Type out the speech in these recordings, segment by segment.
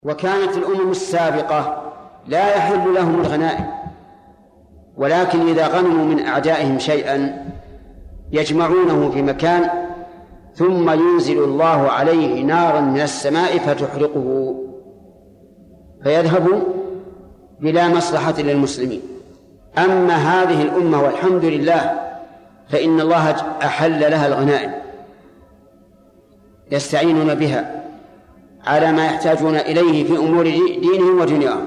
وكانت الأمم السابقة لا يحل لهم الغنائم، ولكن إذا غنموا من أعدائهم شيئا يجمعونه في مكان ثم ينزل الله عليه نارا من السماء فتحرقه فيذهب بلا مصلحة للمسلمين. أما هذه الأمة والحمد لله فإن الله أحل لها الغنائم يستعينون بها على ما يحتاجون إليه في أمور دينهم ودنياهم.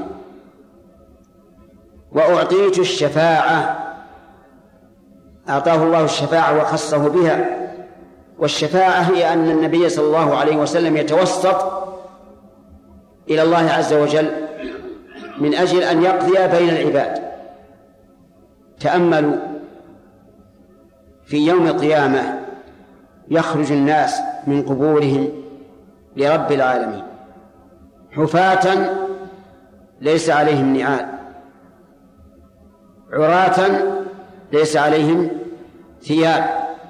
وأعطيت الشفاعة، أعطاه الله الشفاعة وخصه بها، والشفاعة هي أن النبي صلى الله عليه وسلم يتوسط إلى الله عز وجل من أجل أن يقضي بين العباد. تأملوا في يوم القيامة يخرج الناس من قبورهم لرب العالمين حفاة ليس عليهم نعال، عراة ليس عليهم ثياب،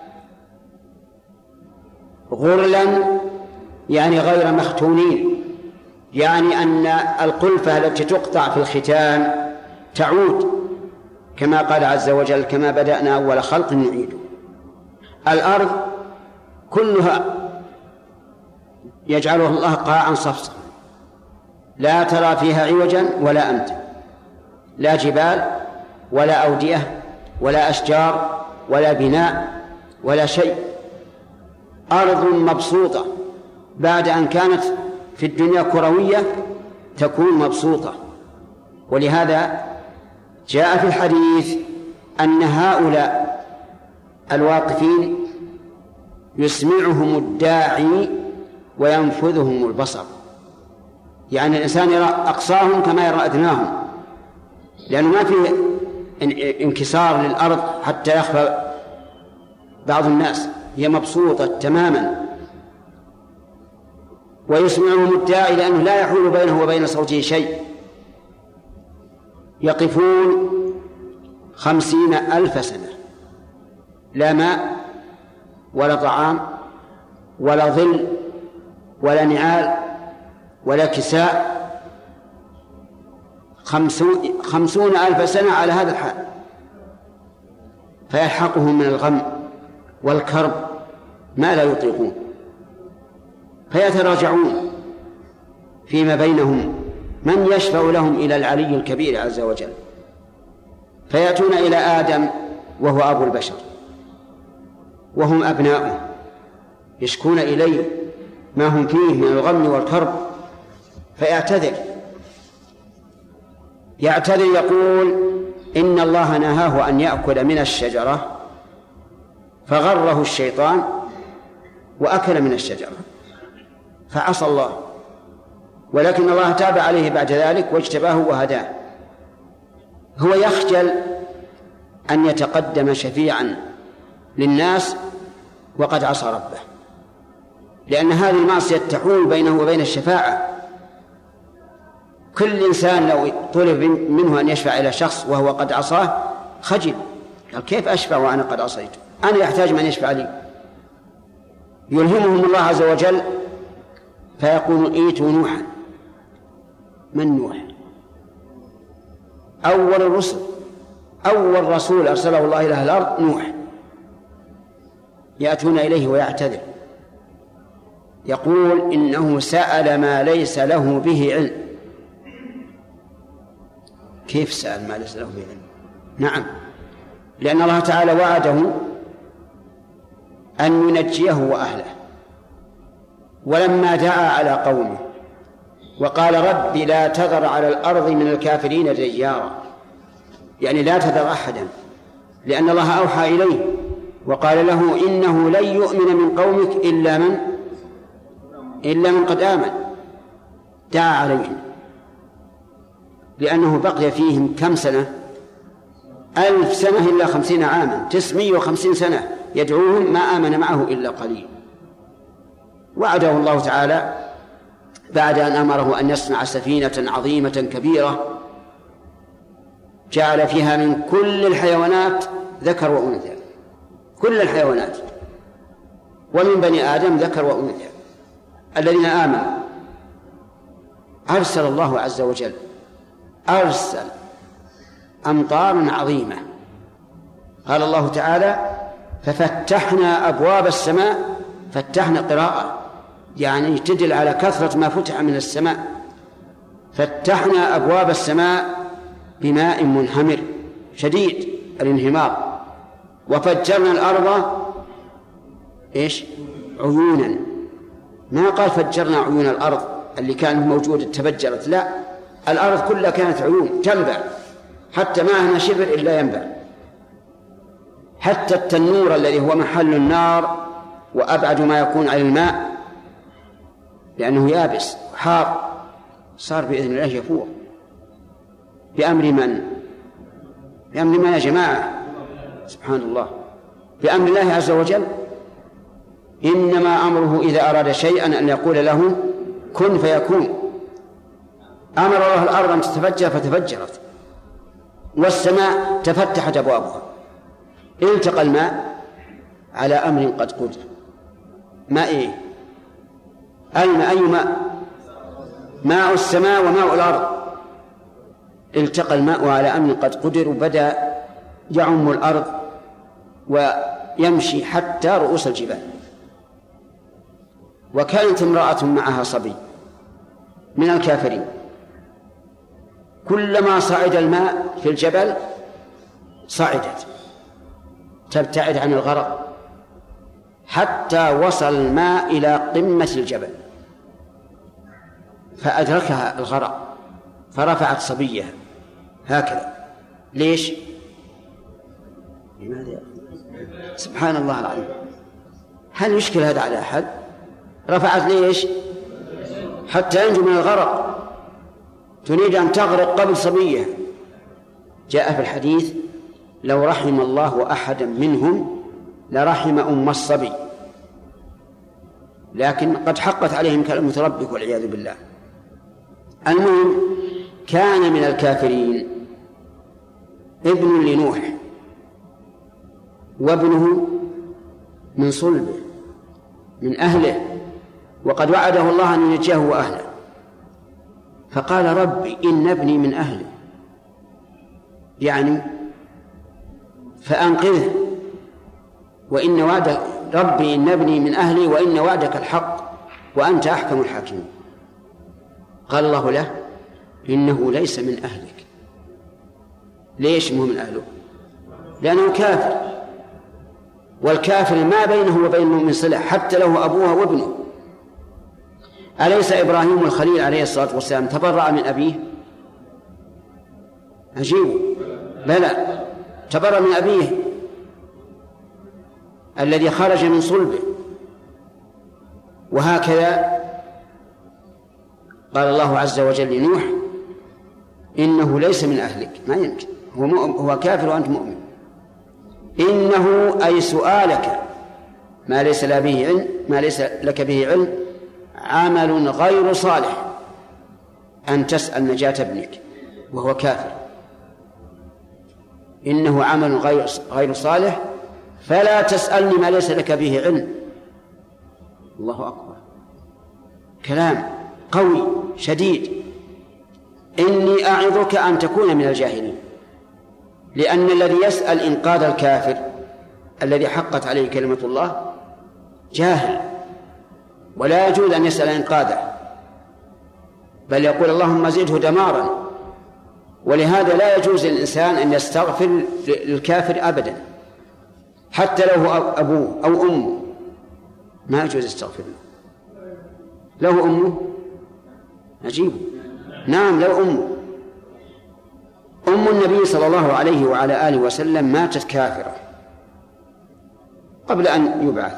غرلا يعني غير مختونين، يعني أن القلفة التي تقطع في الختان تعود كما قال عز وجل: كما بدأنا أول خلق نعيده. الأرض كلها يجعلها الله قاعا صفصفا لا ترى فيها عوجا ولا أمتا، لا جبال ولا أودية ولا أشجار ولا بناء ولا شيء، أرض مبسوطة بعد أن كانت في الدنيا كروية تكون مبسوطة. ولهذا جاء في الحديث أن هؤلاء الواقفين يسمعهم الداعي وينفذهم البصر، يعني الإنسان يرى أقصاهم كما يرى أدناهم، لأنه ما في انكسار للأرض حتى يخفى بعض الناس، هي مبسوطة تماما. ويسمعهم الداعي لأنه لا يحول بينه وبين صوته شيء. يقفون 50,000 سنة، لا ماء ولا طعام ولا ظل ولا نعال ولا كساء، 50,000 سنة على هذا الحال، فيلحقهم من الغم والكرب ما لا يطيقون، فيتراجعون فيما بينهم من يشفع لهم إلى العلي الكبير عز وجل، فيأتون إلى آدم وهو أبو البشر وهم أبناؤه، يشكون إليه ما هم فيه من الغم والكرب، فيعتذر يقول: إن الله نهاه أن يأكل من الشجرة فغره الشيطان وأكل من الشجرة فعصى الله، ولكن الله تاب عليه بعد ذلك واجتباه وهداه. هو يخجل أن يتقدم شفيعا للناس وقد عصى ربه، لأن هذه المعصية تحول بينه وبين الشفاعة. كل إنسان لو طلب منه أن يشفع إلى شخص وهو قد عصاه خجل، قال: كيف أشفع وأنا قد عصيت؟ أنا يحتاج من يشفع لي. يلهمهم الله عز وجل فيقول: ائتوا نوحا. من نوح؟ أول الرسل، أول رسول أرسله الله إلى الأرض نوح. يأتون إليه ويعتذر، يقول: إنه سأل ما ليس له به علم. كيف سأل ما ليس له به علم؟ نعم، لأن الله تعالى وعده أن ينجيه وأهله، ولما دعا على قومه وقال: رب لا تذر على الأرض من الكافرين ديارا، يعني لا تذر أحدا، لأن الله أوحى إليه وقال له: إنه لن يؤمن من قومك إلا من قد آمن. دعا عليهم لأنه بقي فيهم كم سنة؟ 1000 سنة إلا 50 عاما، 950 سنة يدعوهم، ما آمن معه إلا قليل. وعده الله تعالى بعد أن أمره أن يصنع سفينة عظيمة كبيرة جعل فيها من كل الحيوانات ذكر وأنثى، كل الحيوانات، ومن بني آدم ذكر وأنثى الذين آمنوا. أرسل الله عز وجل أرسل أمطار عظيمة. قال الله تعالى ففتحنا أبواب السماء. فتحنا قراءة يعني تدل على كثرة ما فتح من السماء. فتحنا أبواب السماء بماء منهمر شديد الانهمار، وفجرنا الأرض عيونا. ما قال فجرنا عيون الأرض اللي كانت موجودة تفجرت، لا، الأرض كلها كانت عيون تنبع، حتى ما هنا شبر إلا ينبع، حتى التنور الذي هو محل النار وأبعد ما يكون عن الماء لأنه يابس حار صار بإذن الله يفور. بأمر من؟ بأمر من يا جماعة؟ سبحان الله، بأمر الله عز وجل. إنما أمره إذا أراد شيئا أن يقول له كن فيكون. أمر الله الأرض أن تتفجر فتفجرت، والسماء تفتحت أبوابها. التقى الماء على أمر قد قدر. ماء الماء أي ماء؟ ماء السماء وماء الأرض. التقى الماء على أمر قد قدر، وبدأ يعم الأرض ويمشي حتى رؤوس الجبال. وكانت امرأة معها صبي من الكافرين، كلما صعد الماء في الجبل صعدت تبتعد عن الغرق، حتى وصل الماء إلى قمة الجبل فأدركها الغرق، فرفعت صبيها هكذا. ليش؟ لماذا؟ سبحان الله العظيم، هل يشكل هذا على أحد؟ رفعت ليش؟ حتى ينجو من الغرق، تريد أن تغرق قبل صبيها. جاء في الحديث لو رحم الله أحدا منهم لرحم أم الصبي، لكن قد حقت عليهم كلمة ربك والعياذ بالله. المهم كان من الكافرين ابن لنوح، وابنه من صلبه من أهله، وقد وعده الله أن ينجيه وأهله، فقال ربي إن ابني من أهلي، يعني فأنقذه، وإن وعدك ربي إن ابني من أهلي وإن وعدك الحق وأنت أحكم الحاكمين. قال الله له إنه ليس من أهلك. ليش مو من أهله؟ لأنه كافر، والكافر ما بينه وبين المؤمن صلة حتى له أبوه وابنه. أليس إبراهيم الخليل عليه الصلاة والسلام تبرأ من أبيه؟ عجيب، بلى تبرأ من أبيه الذي خرج من صلبه. وهكذا قال الله عز وجل لنوح إنه ليس من أهلك، ما يمكن، هو كافر وأنت مؤمن. إنه أي سؤالك ما ليس لك به علم عمل غير صالح، أن تسأل نجاة ابنك وهو كافر. إنه عمل غير صالح فلا تسألني ما ليس لك به علم. الله أكبر، كلام قوي شديد. إني أعظك أن تكون من الجاهلين، لأن الذي يسأل إنقاذ الكافر الذي حقت عليه كلمة الله جاهل، ولا يجوز أن يسأل إنقاذه، بل يقول اللهم زده دمارا. ولهذا لا يجوز للإنسان أن يستغفر للكافر أبدا، حتى لو أبوه أو أمه ما يجوز يستغفر له أمه. عجيب، نعم لو أمه. أم النبي صلى الله عليه وعلى آله وسلم ماتت كافرة قبل أن يبعث،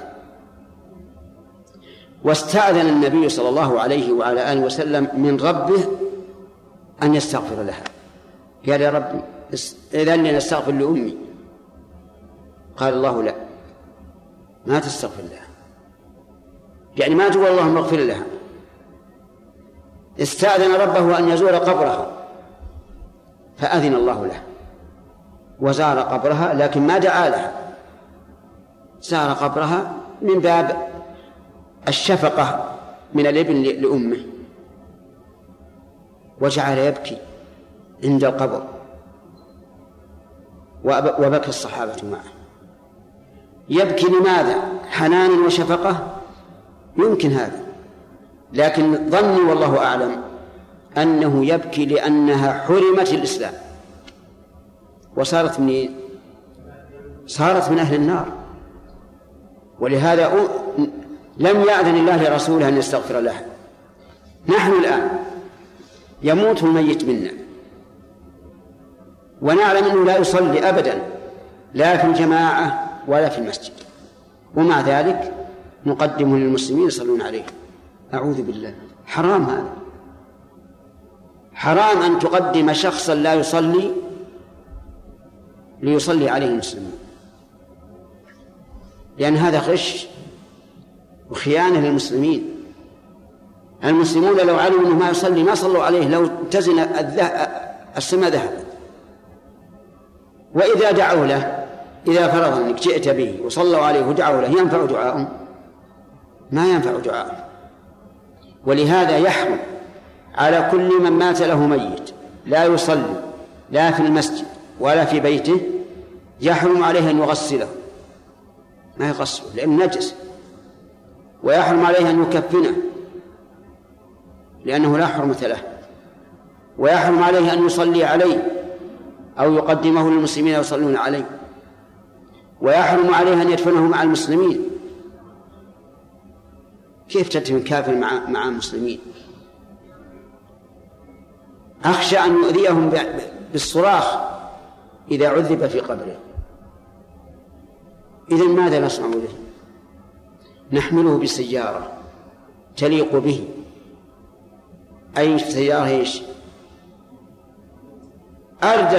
واستأذن النبي صلى الله عليه وعلى آله وسلم من ربه أن يستغفر لها. قال يا رب إذن لي نستغفر لأمي. قال الله لا، ما تستغفر لها، يعني ما تقول اللهم اغفر لها. استأذن ربه أن يزور قبرها فأذن الله له وزار قبرها، لكن ما دعا لها، زار قبرها من باب الشفقة من الابن لأمه. وجعل يبكي عند القبر، وبكى الصحابة معه. يبكي لماذا؟ حنانا وشفقة؟ يمكن هذا، لكن ظني والله أعلم أنه يبكي لأنها حرمت الإسلام وصارت من أهل النار، ولهذا لم يأذن الله لرسوله أن يستغفر لها. نحن الآن يموت الميت منا ونعلم أنه لا يصلي أبدا، لا في الجماعة ولا في المسجد، ومع ذلك نقدمه للمسلمين يصلون عليه. أعوذ بالله، حرام هذا، حرام أن تقدم شخصا لا يصلي ليصلي عليه المسلمين، لأن هذا غش وخيانة للمسلمين. المسلمون لو علموا أنه ما يصلي ما صلوا عليه، لو تزن السماء ذهب. وإذا دعوا له، إذا فرض أنك جئت به وصلوا عليه ودعوا له، ينفع دعاءهم؟ ما ينفع دعاءهم. ولهذا يحرم على كل من مات له ميت لا يصلي لا في المسجد ولا في بيته، يحرم عليه أن يغسله، ما يغسله لأنه نجس، ويحرم عليه أن يكفنه لأنه لا حرمة له، ويحرم عليه أن يصلي عليه أو يقدمه للمسلمين يصلون عليه، ويحرم عليه أن يدفنه مع المسلمين. كيف تدفن كافر مع المسلمين؟ أخشى أن يؤذيهم بالصراخ إذا عذب في قبره. إذن ماذا نصنع به؟ نحمله بسيارة تليق به. أي سيارة؟ إيش؟ أردى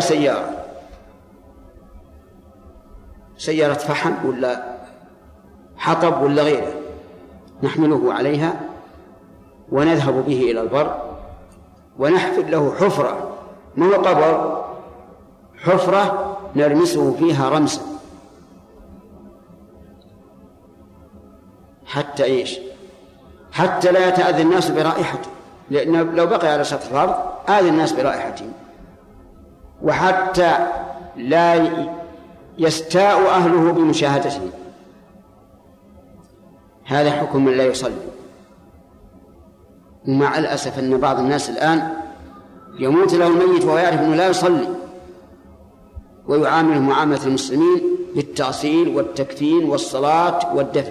سيارة فحم ولا حطب ولا غيره، نحمله عليها ونذهب به إلى البر ونحفر له حفرة، ما هو قبر، حفرة نرمسه فيها رمسا حتى إيش؟ حتى لا يتأذى الناس برائحته، لأنه لو بقي على سطح الأرض آذى الناس برائحته، وحتى لا يستاء أهله بمشاهدته. هذا حكم من لا يصلي. ومع الأسف أن بعض الناس الآن يموت له الميت وهو يعرف أنه لا يصلي، ويعامله معاملة المسلمين بالتأصيل والتكفين والصلاة والدفن.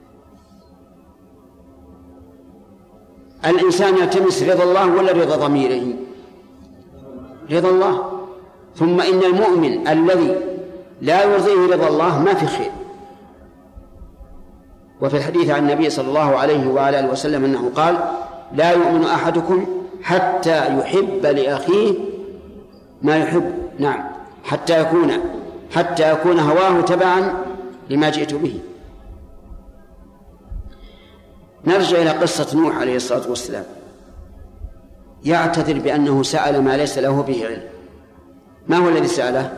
الإنسان يلتمس رضا الله ولا رضا ضميره؟ رضا الله. ثم إن المؤمن الذي لا يرضيه رضا الله ما في خير. وفي الحديث عن النبي صلى الله عليه وعلى آله وسلم أنه قال: لا يؤمن أحدكم حتى يحب لأخيه ما يحب، نعم، حتى يكون هواه تبعا لما جئت به. نرجع إلى قصة نوح عليه الصلاة والسلام. يعتذر بأنه سأل ما ليس له به علم. ما هو الذي سأله؟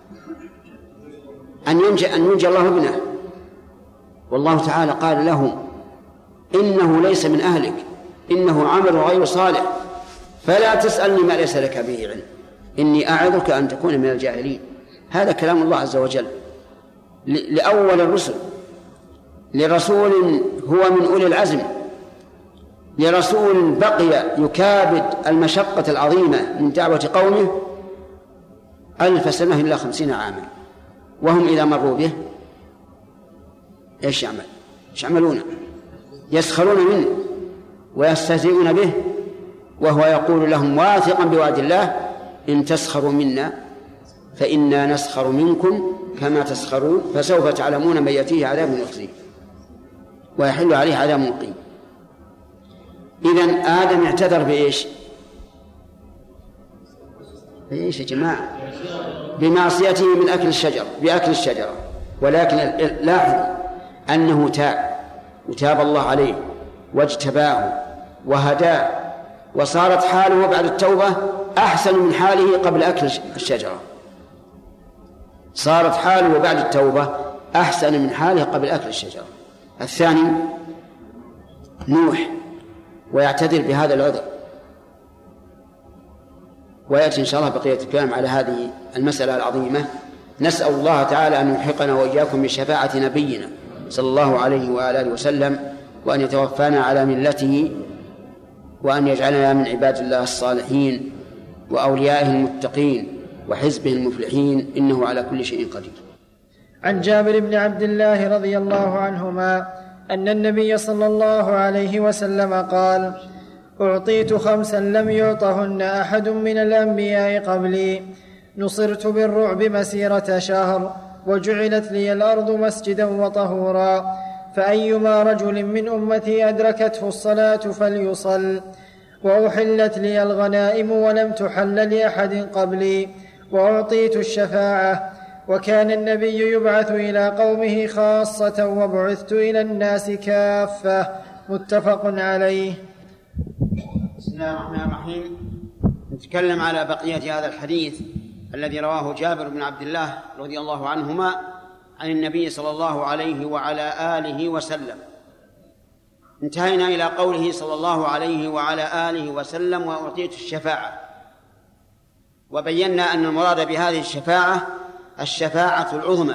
أن ينجي الله ابنه، والله تعالى قال له: إنه ليس من أهلك، إنه عمل غير صالح، فلا تسألني ما ليس لك به علم، إني أعظك أن تكون من الجاهلين. هذا كلام الله عز وجل لأول الرسل، لرسول هو من أولي العزم، لرسول بقي يكابد المشقة العظيمة من دعوة قومه 1000 سنة إلا 50 عاما، وهم إذا مروا به إيش يعملون؟ يسخرون منه ويستهزئون به، وهو يقول لهم واثقا بوعد الله: إن تسخروا منا فإنا نسخر منكم كما تسخرون، فسوف تعلمون من يأتيه عذاب يخزيه ويحل عليه عذاب مقيم. إذن آدم اعتذر بإيش يا جماعة؟ بمعصيته من بأكل الشجرة. ولكن لاحظوا أنه تاب الله عليه واجتباه وهداه، وصارت حاله بعد التوبة أحسن من حاله قبل أكل الشجرة. صارت حاله بعد التوبة أحسن من حاله قبل أكل الشجرة. الثاني نوح، ويعتذر بهذا العذر. ويأتي إن شاء الله بقية الكلام على هذه المسألة العظيمة. نسأل الله تعالى أن يلحقنا وإياكم بشفاعة نبينا صلى الله عليه وآله وسلم، وأن يتوفانا على ملته، وأن يجعلنا من عباد الله الصالحين وأوليائه المتقين وحزبه المفلحين، إنه على كل شيء قدير. عن جابر بن عبد الله رضي الله عنهما أن النبي صلى الله عليه وسلم قال: أعطيت 5 لم يعطهن أحد من الأنبياء قبلي، نصرت بالرعب مسيرة شهر، وجعلت لي الأرض مسجدا وطهورا، فأيما رجل من أمتي أدركته الصلاة فليصل، وأحلت لي الغنائم ولم تحل لأحد قبلي، وأعطيت الشفاعة، وكان النبي يبعث إلى قومه خاصة وبعثت إلى الناس كافة. متفق عليه. بسم الله الرحمن الرحيم. نتكلم على بقية هذا الحديث الذي رواه جابر بن عبد الله رضي الله عنهما عن النبي صلى الله عليه وعلى آله وسلم. انتهينا إلى قوله صلى الله عليه وعلى آله وسلم: وأعطيت الشفاعة، وبينا أن المراد بهذه الشفاعة العظمى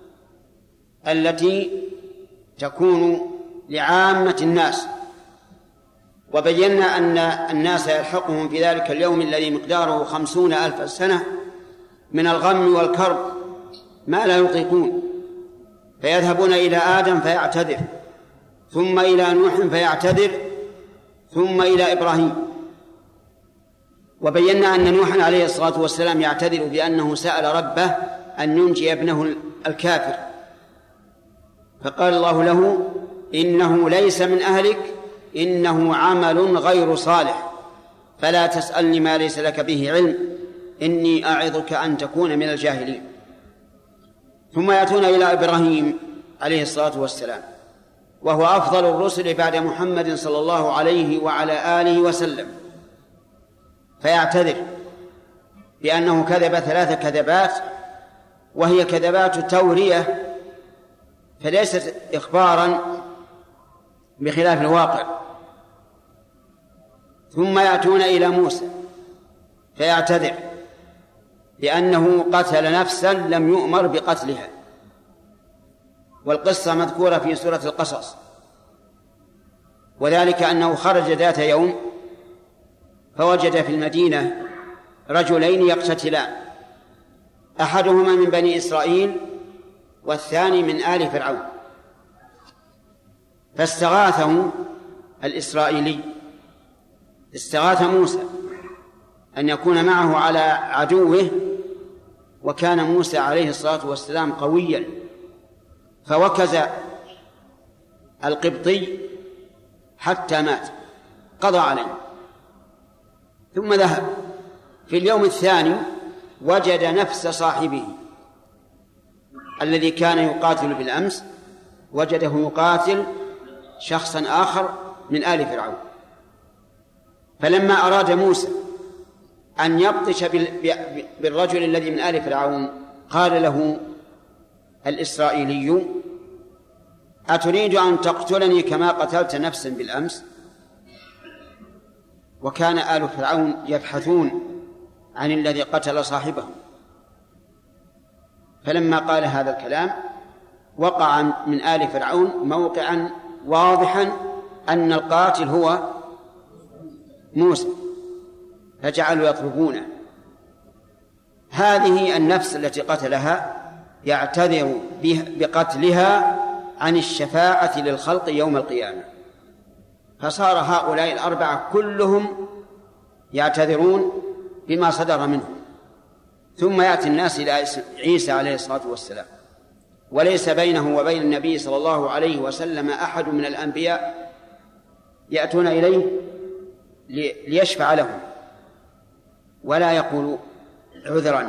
التي تكون لعامة الناس، وبينا أن الناس يلحقهم في ذلك اليوم الذي مقداره 50,000 سنة من الغم والكرب ما لا يطيقون، فيذهبون إلى آدم فيعتذر، ثم إلى نوح فيعتذر، ثم إلى إبراهيم. وبينا أن نوحا عليه الصلاة والسلام يعتذر بأنه سأل ربه أن ينجي ابنه الكافر، فقال الله له: إنه ليس من أهلك، إنه عمل غير صالح، فلا تسألني ما ليس لك به علم، إني أعظك أن تكون من الجاهلين. ثم يأتون إلى إبراهيم عليه الصلاة والسلام، وهو أفضل الرسل بعد محمد صلى الله عليه وعلى آله وسلم، فيعتذر بأنه كذب 3 كذبات، وهي كذبات تورية فليست إخبارا بخلاف الواقع. ثم يأتون إلى موسى فيعتذر بأنه قتل نفسا لم يؤمر بقتلها، والقصة مذكورة في سورة القصص، وذلك أنه خرج ذات يوم فوجد في المدينة رجلين يقتتلان، أحدهما من بني إسرائيل والثاني من آل فرعون، فاستغاثه الإسرائيلي، استغاث موسى أن يكون معه على عدوه، وكان موسى عليه الصلاة والسلام قويا، فوكز القبطي حتى مات، قضى عليه، ثم ذهب. في اليوم الثاني وجد نفس صاحبه الذي كان يقاتل بالأمس، وجده يقاتل شخصا آخر من آل فرعون. فلما أراد موسى أن يبطش بالرجل الذي من آل فرعون، قال له الإسرائيلي: أتريد أن تقتلني كما قتلت نفسا بالأمس؟ وكان آل فرعون يبحثون عن الذي قتل صاحبه. فلما قال هذا الكلام وقع من آل فرعون موقعا واضحا أن القاتل هو موسى، فجعلوا يطلبونه. هذه النفس التي قتلها يعتذر بقتلها عن الشفاعة للخلق يوم القيامة، فصار هؤلاء 4 كلهم يعتذرون بما صدر منهم. ثم يأتي الناس إلى عيسى عليه الصلاة والسلام، وليس بينه وبين النبي صلى الله عليه وسلم أحد من الأنبياء، يأتون إليه ليشفع لهم ولا يقول عذرا،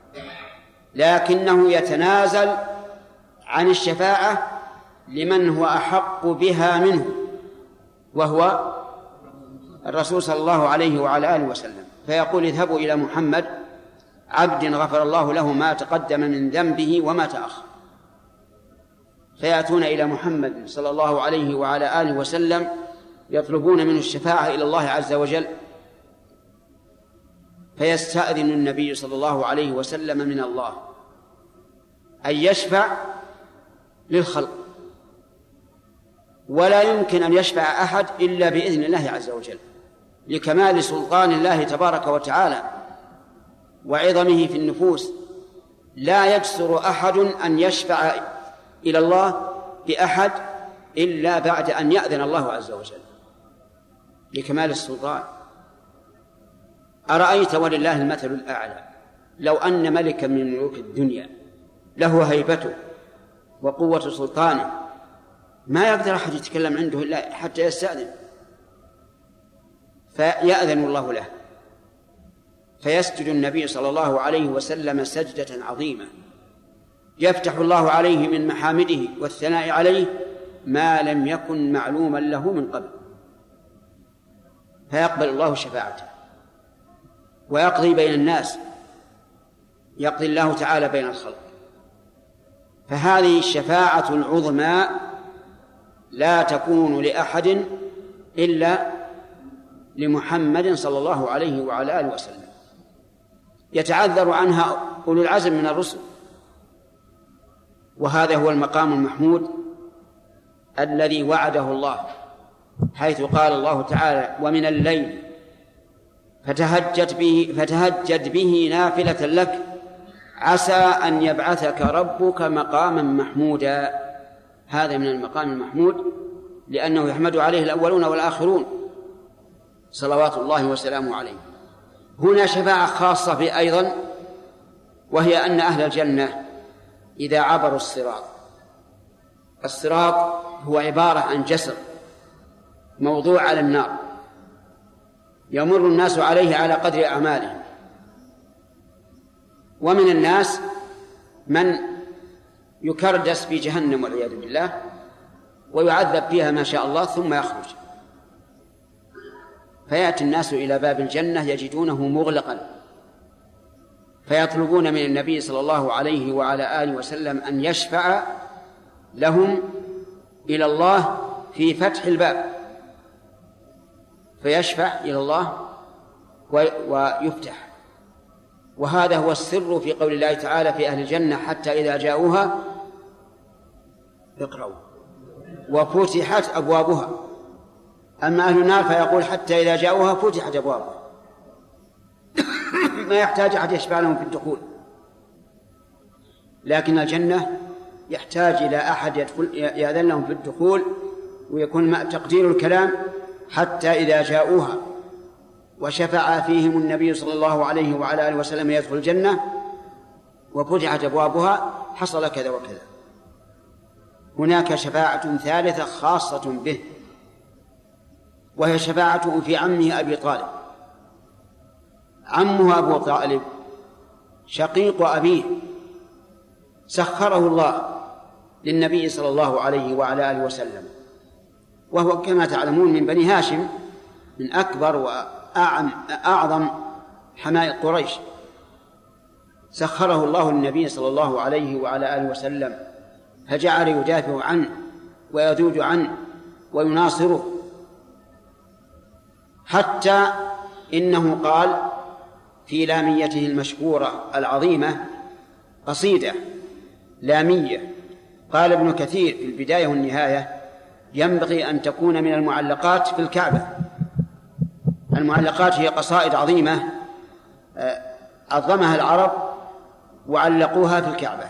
لكنه يتنازل عن الشفاعة لمن هو أحق بها منه، وهو الرسول صلى الله عليه وعلى آله وسلم، فيقول: اذهبوا إلى محمد عبد غفر الله له ما تقدم من ذنبه وما تأخر. فيأتون إلى محمد صلى الله عليه وعلى آله وسلم يطلبون منه الشفاعة إلى الله عز وجل، فيستأذن النبي صلى الله عليه وسلم من الله أن يشفع للخلق، ولا يمكن أن يشفع أحد إلا بإذن الله عز وجل، لكمال سلطان الله تبارك وتعالى وعظمه في النفوس. لا يجسر أحد أن يشفع إلى الله بأحد إلا بعد أن يأذن الله عز وجل لكمال السلطان. أرأيت ولله المثل الأعلى لو أن ملكا من ملوك الدنيا له هيبته وقوة سلطانه ما يقدر أحد يتكلم عنده إلا حتى يستأذن، فيأذن الله له، فيسجد النبي صلى الله عليه وسلم سجدة عظيمة يفتح الله عليه من محامده والثناء عليه ما لم يكن معلوما له من قبل، فيقبل الله شفاعته ويقضي بين الناس، يقضي الله تعالى بين الخلق. فهذه الشفاعة العظمى لا تكون لأحد إلا لمحمد صلى الله عليه وعلى آله وسلم، يتعذر عنها أولو العزم من الرسل. وهذا هو المقام المحمود الذي وعده الله، حيث قال الله تعالى: ومن الليل فتهجد به نافلة لك عسى أن يبعثك ربك مقاما محمودا. هذا من المقام المحمود لأنه يحمد عليه الأولون والآخرون صلوات الله وسلامه عليه. هنا شفاعة خاصة في أيضا، وهي أن أهل الجنة إذا عبروا الصراط هو عبارة عن جسر موضوع على النار يمر الناس عليه على قدر أعمالهم، ومن الناس من يكردس في جهنم والعياذ بالله ويعذب فيها ما شاء الله ثم يخرج، فيأتي الناس إلى باب الجنة يجدونه مغلقا، فيطلبون من النبي صلى الله عليه وعلى آله وسلم أن يشفع لهم إلى الله في فتح الباب، فيشفع إلى الله ويفتح. وهذا هو السر في قول الله تعالى في أهل الجنة: حتى إذا جاءوها اقرأوا وفتحت أبوابها. أما أهل النار فيقول: حتى إذا جاءوها فتحت أبوابها، ما يحتاج أحد يشفع لهم في الدخول. لكن الجنة يحتاج إلى أحد يأذن لهم في الدخول، ويكون تقدير الكلام: حتى إذا جاءوها وشفع فيهم النبي صلى الله عليه وعلى آله وسلم يدخل الجنة وفتحت أبوابها حصل كذا وكذا. هناك شفاعة ثالثة خاصة به، وهي شفاعته في عمه أبي طالب. عمه أبو طالب شقيق أبيه، سخره الله للنبي صلى الله عليه وعلى آله وسلم، وهو كما تعلمون من بني هاشم، من أكبر وأعظم حماء قريش. سخره الله للنبي صلى الله عليه وعلى آله وسلم، فجعل يدافع عنه ويذوج عنه ويناصره، حتى إنه قال في لاميته المشهورة العظيمة قصيدة لامية، قال ابن كثير في البداية والنهاية: ينبغي أن تكون من المعلقات في الكعبة. المعلقات هي قصائد عظيمة عظمها العرب وعلقوها في الكعبة،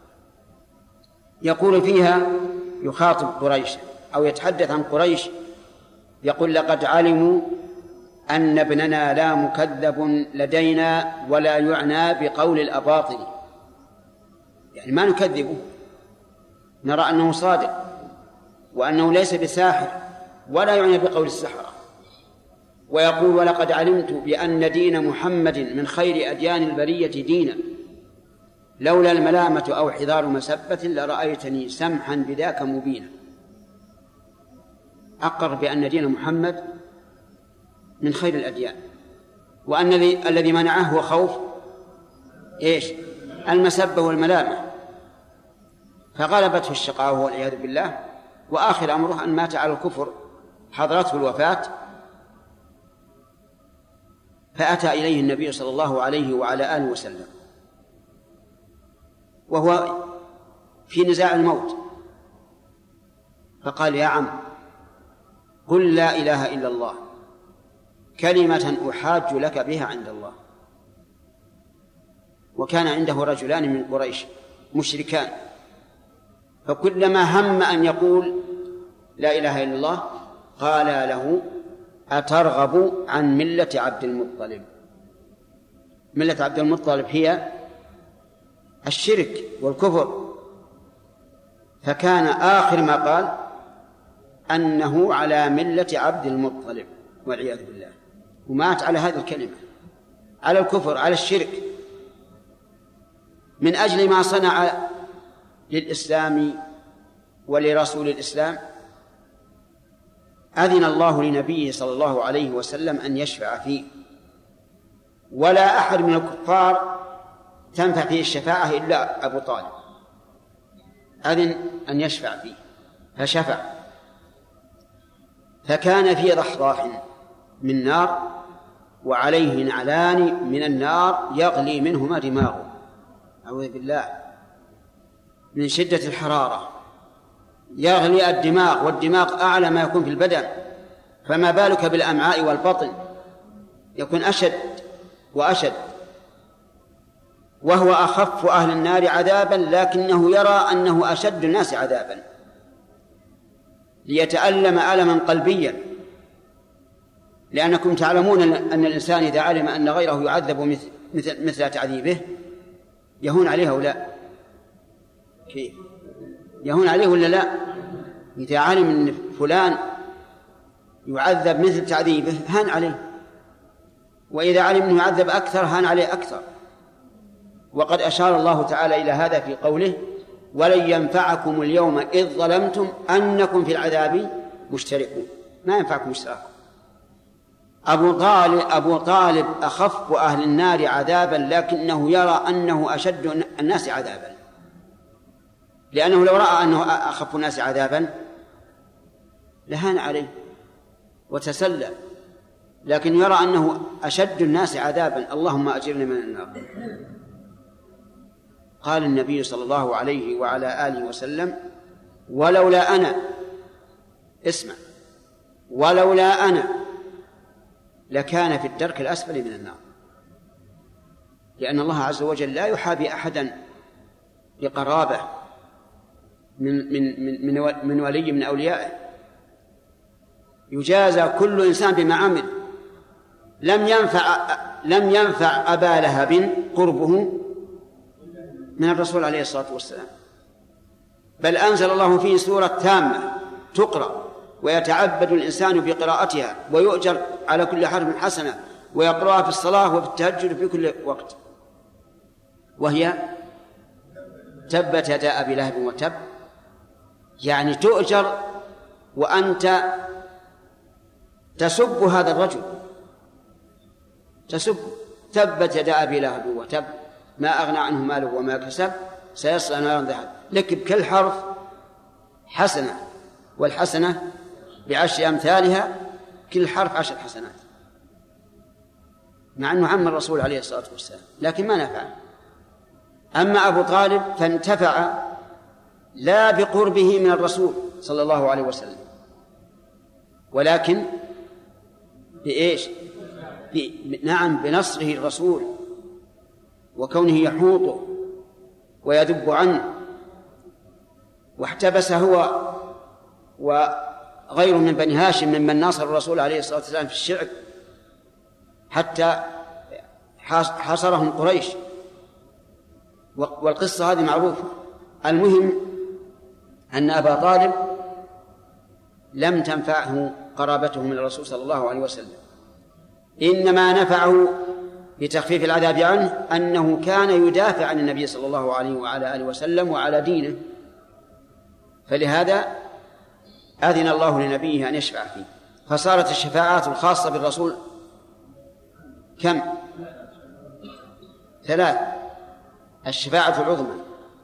يقول فيها يخاطب قريش أو يتحدث عن قريش، يقول: لقد علموا أن ابننا لا مكذب لدينا ولا يعنى بقول الأباطل. يعني ما نكذبه، نرى أنه صادق وأنه ليس بساحر ولا يعنى بقول السحرة. ويقول: ولقد علمت بأن دين محمد من خير أديان البرية دينا، لولا الملامة أو حذار مسبة لرأيتني سمحا بذاك مبينا. أقر بأن دين محمد من خير الأديان، وأن الذي منعه هو خوف المسبة والملامة، فغلبته الشقاوة والعياذ بالله، وآخر أمره أن مات على الكفر، حضرته الوفاة فأتى إليه النبي صلى الله عليه وعلى آله وسلم وهو في نزاع الموت، فقال: يا عم، قل لا إله إلا الله كلمة أحاج لك بها عند الله. وكان عنده رجلان من قريش مشركان، فكلما هم أن يقول لا إله إلا الله قال له: أترغب عن ملة عبد المطلب؟ ملة عبد المطلب هي الشرك والكفر، فكان آخر ما قال أنه على ملة عبد المطلب والعياذ بالله، ومات على هذه الكلمة، على الكفر، على الشرك، من أجل ما صنع للإسلام ولرسول الإسلام. أذن الله لنبيه صلى الله عليه وسلم أن يشفع فيه، ولا أحد من الكفار تنفع فيه الشفاعة إلا أبو طالب، أذن أن يشفع فيه فشفع، فكان في ضحضاح من نار وعليه نعلان من النار يغلي منهما دماغه، أعوذ بالله، من شدة الحرارة يغلي الدماغ، والدماغ أعلى ما يكون في البدن، فما بالك بالأمعاء والبطن، يكون أشد وأشد. وهو أخف أهل النار عذابا، لكنه يرى أنه أشد الناس عذابا، ليتألم ألما قلبيا، لأنكم تعلمون أن الإنسان إذا علم أن غيره يعذب مثل تعذيبه يهون عليه أو لا؟ كيف يهون عليه ولا لا؟ إذا علم أن فلان يعذب مثل تعذيبه هان عليه، وإذا علم أنه يعذب أكثر هان عليه أكثر. وقد أشار الله تعالى إلى هذا في قوله: ولن ينفعكم اليوم إذ ظلمتم أنكم في العذاب مشتركون. ما ينفعكم اشتراكم. أبو طالب أخف أهل النار عذابا، لكنه يرى أنه أشد الناس عذابا، لأنه لو رأى أنه أخف الناس عذابا لهان عليه وتسلى، لكن يرى أنه أشد الناس عذابا. اللهم أجرنا من النار. قال النبي صلى الله عليه وعلى آله وسلم: ولولا أنا، اسمع، ولولا أنا لكان في الدرك الأسفل من النار، لأن الله عز وجل لا يحابي أحدا لقرابة من ولي من أوليائه، يجازى كل إنسان بما عمل. لم ينفع أبا لهب قربه من الرسول عليه الصلاة والسلام، بل أنزل الله فيه سورة تامة تقرأ ويتعبد الإنسان بقراءتها ويؤجر على كل حرف حسنة، ويقرأها في الصلاة وفي التهجد في كل وقت، وهي تبت يدا أبي لهب وتب، يعني تؤجر وأنت تسب هذا الرجل، تسب: تبت يدا أبي لهب وتب ما أغنى عنه ماله وما كسب سيصلى نارا ذهب. لك بكل حرف حسنة، والحسنة بعشر أمثالها، كل حرف 10 حسنات، مع أنه عم الرسول عليه الصلاة والسلام، لكن ما نفع. أما أبو طالب فانتفع لا بقربه من الرسول صلى الله عليه وسلم، ولكن بإيش؟ نعم، بنصره الرسول وكونه يحوطه ويذب عنه، واحتبس هو وغيره من بني هاشم ممن ناصر الرسول عليه الصلاة والسلام في الشعب حتى حاصرهم قريش، والقصة هذه معروفة. المهم أن أبا طالب لم تنفعه قرابته من الرسول صلى الله عليه وسلم، إنما نفعه بتخفيف العذاب عنه أنه كان يدافع عن النبي صلى الله عليه وعلى آله وسلم وعلى دينه، فلهذا أذن الله لنبيه أن يشفع فيه. فصارت الشفاعات الخاصة بالرسول كم؟ 3: الشفاعة العظمى،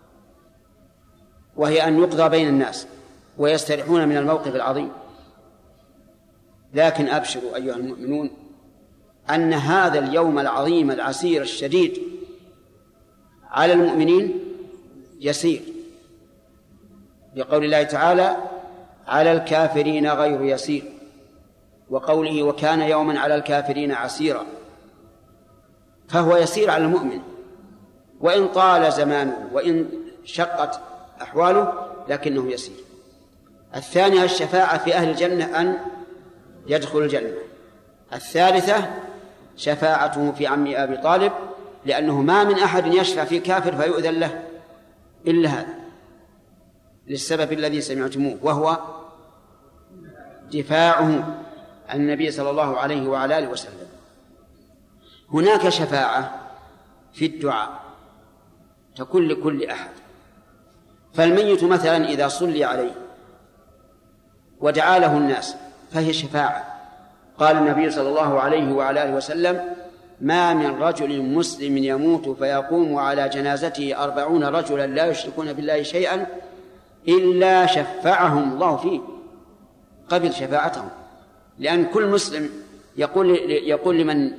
وهي أن يقضى بين الناس ويستريحون من الموقف العظيم. لكن أبشروا أيها المؤمنون أن هذا اليوم العظيم العسير الشديد على المؤمنين يسير، بقول الله تعالى على الكافرين غير يسير، وقوله وكان يوما على الكافرين عسيرا، فهو يسير على المؤمن وإن طال زمانه وإن شقت أحواله لكنه يسير. الثانية الشفاعة في أهل الجنة أن يدخل الجنة. الثالثة شفاعته في عم أبي طالب، لأنه ما من أحد يشفع في كافر فيؤذن له إلا هذا للسبب الذي سمعتموه، وهو دفاعه عن النبي صلى الله عليه وعلى آله وسلم. هناك شفاعة في الدعاء تكون لكل أحد، فالميت مثلا إذا صلي عليه ودعا له الناس فهي شفاعة. قال النبي صلى الله عليه وعلى آله وسلم ما من رجل مسلم يموت فيقوم على جنازته 40 رجلا لا يشركون بالله شيئا إلا شفعهم الله فيه، قبل شفاعتهم، لأن كل مسلم يقول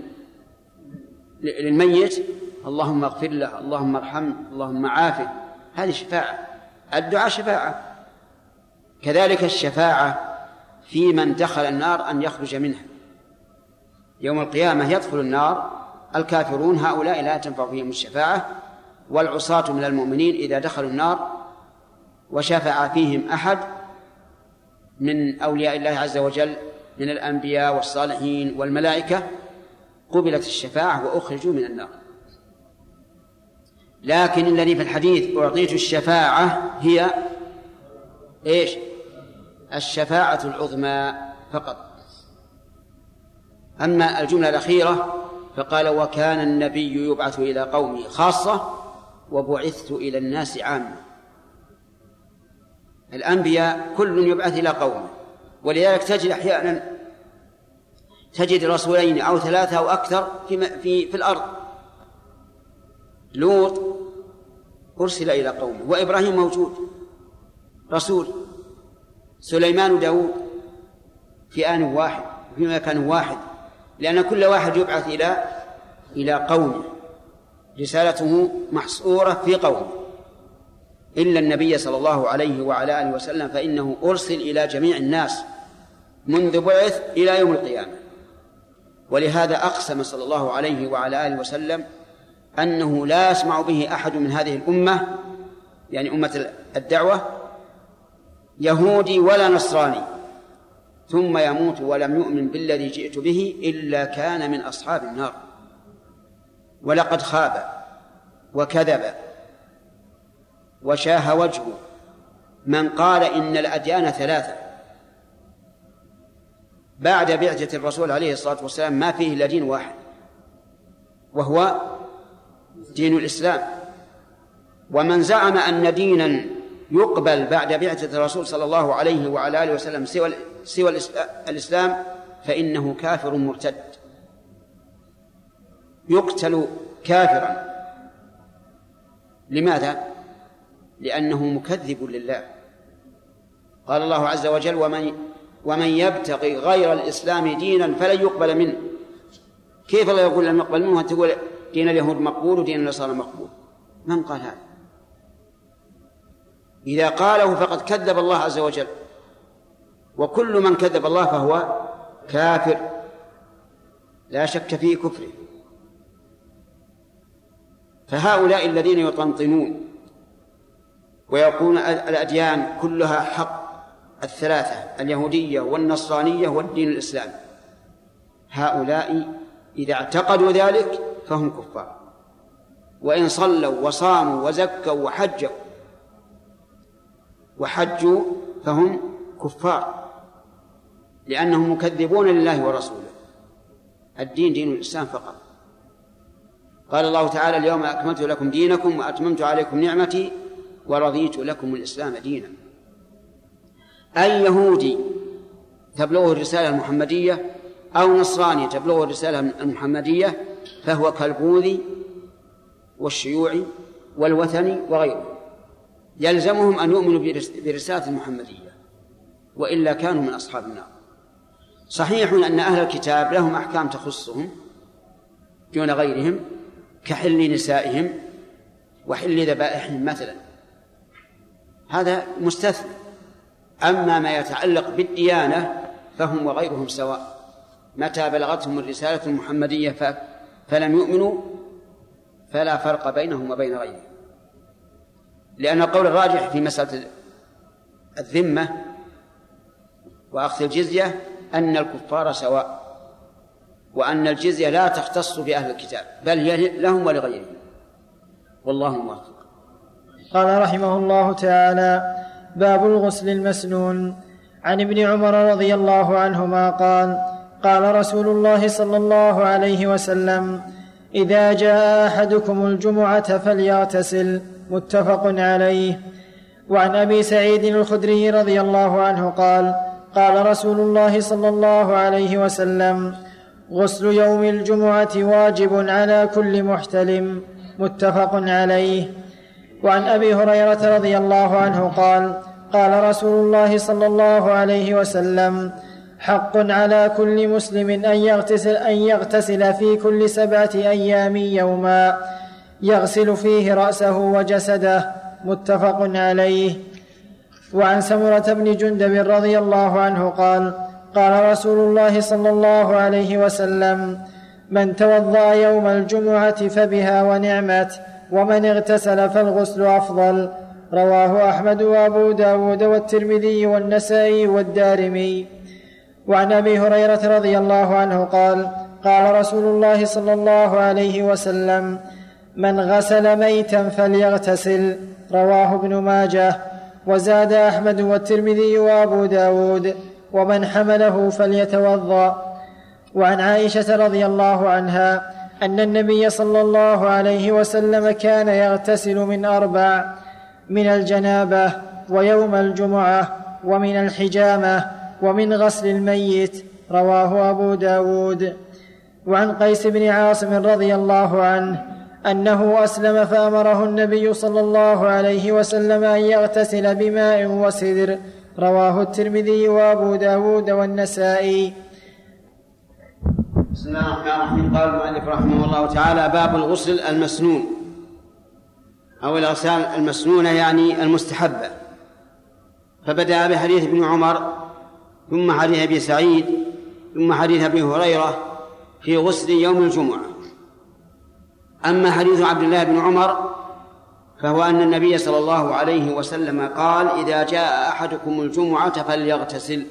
للميت اللهم اغفر له، اللهم ارحمه، اللهم عافه، هذه شفاعة. الدعاء شفاعة. كذلك الشفاعة في من دخل النار أن يخرج منها يوم القيامة. يدخل النار الكافرون، هؤلاء لا تنفع فيهم الشفاعة، والعصاة من المؤمنين إذا دخلوا النار وشفع فيهم أحد من أولياء الله عز وجل من الأنبياء والصالحين والملائكة قبلت الشفاعة وأخرجوا من النار. لكن الذي في الحديث أعطيت الشفاعة هي إيش؟ الشفاعة العظمى فقط. أما الجملة الأخيرة فقال وكان النبي يبعث إلى قومه خاصة وبعثت إلى الناس عامة. الأنبياء كل يبعث إلى قومه، ولذلك تجد أحيانا تجد رسولين أو 3 أو أكثر في الأرض. لوط أرسل إلى قومه، وإبراهيم موجود رسول، سليمان وداود في آن واحد في مكان واحد، لأن كل واحد يبعث إلى قومه، رسالته محصورة في قومه، إلا النبي صلى الله عليه وعلى آله وسلم فإنه أرسل إلى جميع الناس منذ بعث إلى يوم القيامة. ولهذا أقسم صلى الله عليه وعلى آله وسلم أنه لا يسمع به أحد من هذه الأمة، يعني أمة الدعوة، يهودي ولا نصراني ثم يموت ولم يؤمن بالذي جئت به إلا كان من أصحاب النار. ولقد خاب وكذب وشاه وجهه من قال إن الأديان 3 بعد بعثة الرسول عليه الصلاة والسلام ما فيه إلا دين واحد وهو دين الإسلام. ومن زعم أن دينا يقبل بعد بعثة الرسول صلى الله عليه وعلى آله وسلم سوى الإسلام فإنه كافر مرتد يقتل كافرا. لماذا؟ لأنه مكذب لله. قال الله عز وجل ومن يبتغي غير الإسلام دينا فلن يقبل منه. كيف الله يقول لن يقبل منه وتقول دين اليهود مقبول ودين النصارى مقبول؟ من قال هذا؟ إذا قاله فقد كذب الله عز وجل، وكل من كذب الله فهو كافر لا شك في كفره. فهؤلاء الذين يطنطنون ويقولون الأديان كلها حق 3 اليهودية والنصرانية والدين الإسلامي، هؤلاء إذا اعتقدوا ذلك فهم كفار، وإن صلوا وصاموا وزكوا وحجوا فهم كفار، لأنهم مكذبون لله ورسوله. الدين دين الإسلام فقط. قال الله تعالى اليوم أكملت لكم دينكم وأتممت عليكم نعمتي ورضيت لكم الإسلام دينا. أي يهودي تبلغه الرسالة المحمدية أو نصراني تبلغه الرسالة المحمدية فهو كالبوذي والشيوعي والوثني وغيره، يلزمهم أن يؤمنوا برسالة المحمدية وإلا كانوا من أصحاب النار. صحيح أن أهل الكتاب لهم أحكام تخصهم دون غيرهم كحل نسائهم وحل ذبائحهم مثلا، هذا مستثنى. أما ما يتعلق بالديانة فهم وغيرهم سواء، متى بلغتهم الرسالة المحمدية فلم يؤمنوا فلا فرق بينهم وبين غيرهم، لأن القول الراجح في مسألة الذمة وأخذ الجزية أن الكفار سواء، وأن الجزية لا تختص بأهل الكتاب بل هي لهم ولغيرهم، والله موفق. قال رحمه الله تعالى: باب الغسل المسنون. عن ابن عمر رضي الله عنهما قال: قال رسول الله صلى الله عليه وسلم: إذا جاء أحدكم الجمعة فليغتسل. متفق عليه. وعن أبي سعيد الخدري رضي الله عنه قال: قال رسول الله صلى الله عليه وسلم: غسل يوم الجمعة واجب على كل محتلم. متفق عليه. وعن أبي هريرة رضي الله عنه قال: قال رسول الله صلى الله عليه وسلم: حق على كل مسلم أن يغتسل في كل 7 أيام يوما يغسل فيه رأسه وجسده. متفق عليه. وعن سمرة بن جندب رضي الله عنه قال: قال رسول الله صلى الله عليه وسلم: من توضأ يوم الجمعة فبها ونعمت، ومن اغتسل فالغسل أفضل. رواه أحمد وأبو داود والترمذي والنسائي والدارمي. وعن أبي هريرة رضي الله عنه قال: قال رسول الله صلى الله عليه وسلم: من غسل ميتا فليغتسل. رواه ابن ماجه. وزاد أحمد والترمذي وأبو داود: ومن حمله فليتوضأ. وعن عائشة رضي الله عنها أن النبي صلى الله عليه وسلم كان يغتسل من 4: من الجنابة، ويوم الجمعة، ومن الحجامة، ومن غسل الميت. رواه أبو داود. وعن قيس بن عاصم رضي الله عنه أنه أسلم فأمره النبي صلى الله عليه وسلم أن يغتسل بماء وسدر. رواه الترمذي وأبو داود والنسائي. بسم الله الرحمن الرحيم. قال المؤلف رحمه الله تعالى: باب الغسل المسنون، أو الأغسال المسنونة يعني المستحبة. فبدأ بحديث ابن عمر، ثم حديث أبي سعيد، ثم حديث أبي هريرة في غسل يوم الجمعة. أما حديث عبد الله بن عمر فهو أن النبي صلى الله عليه وسلم قال: إذا جاء أحدكم الجمعة فليغتسل.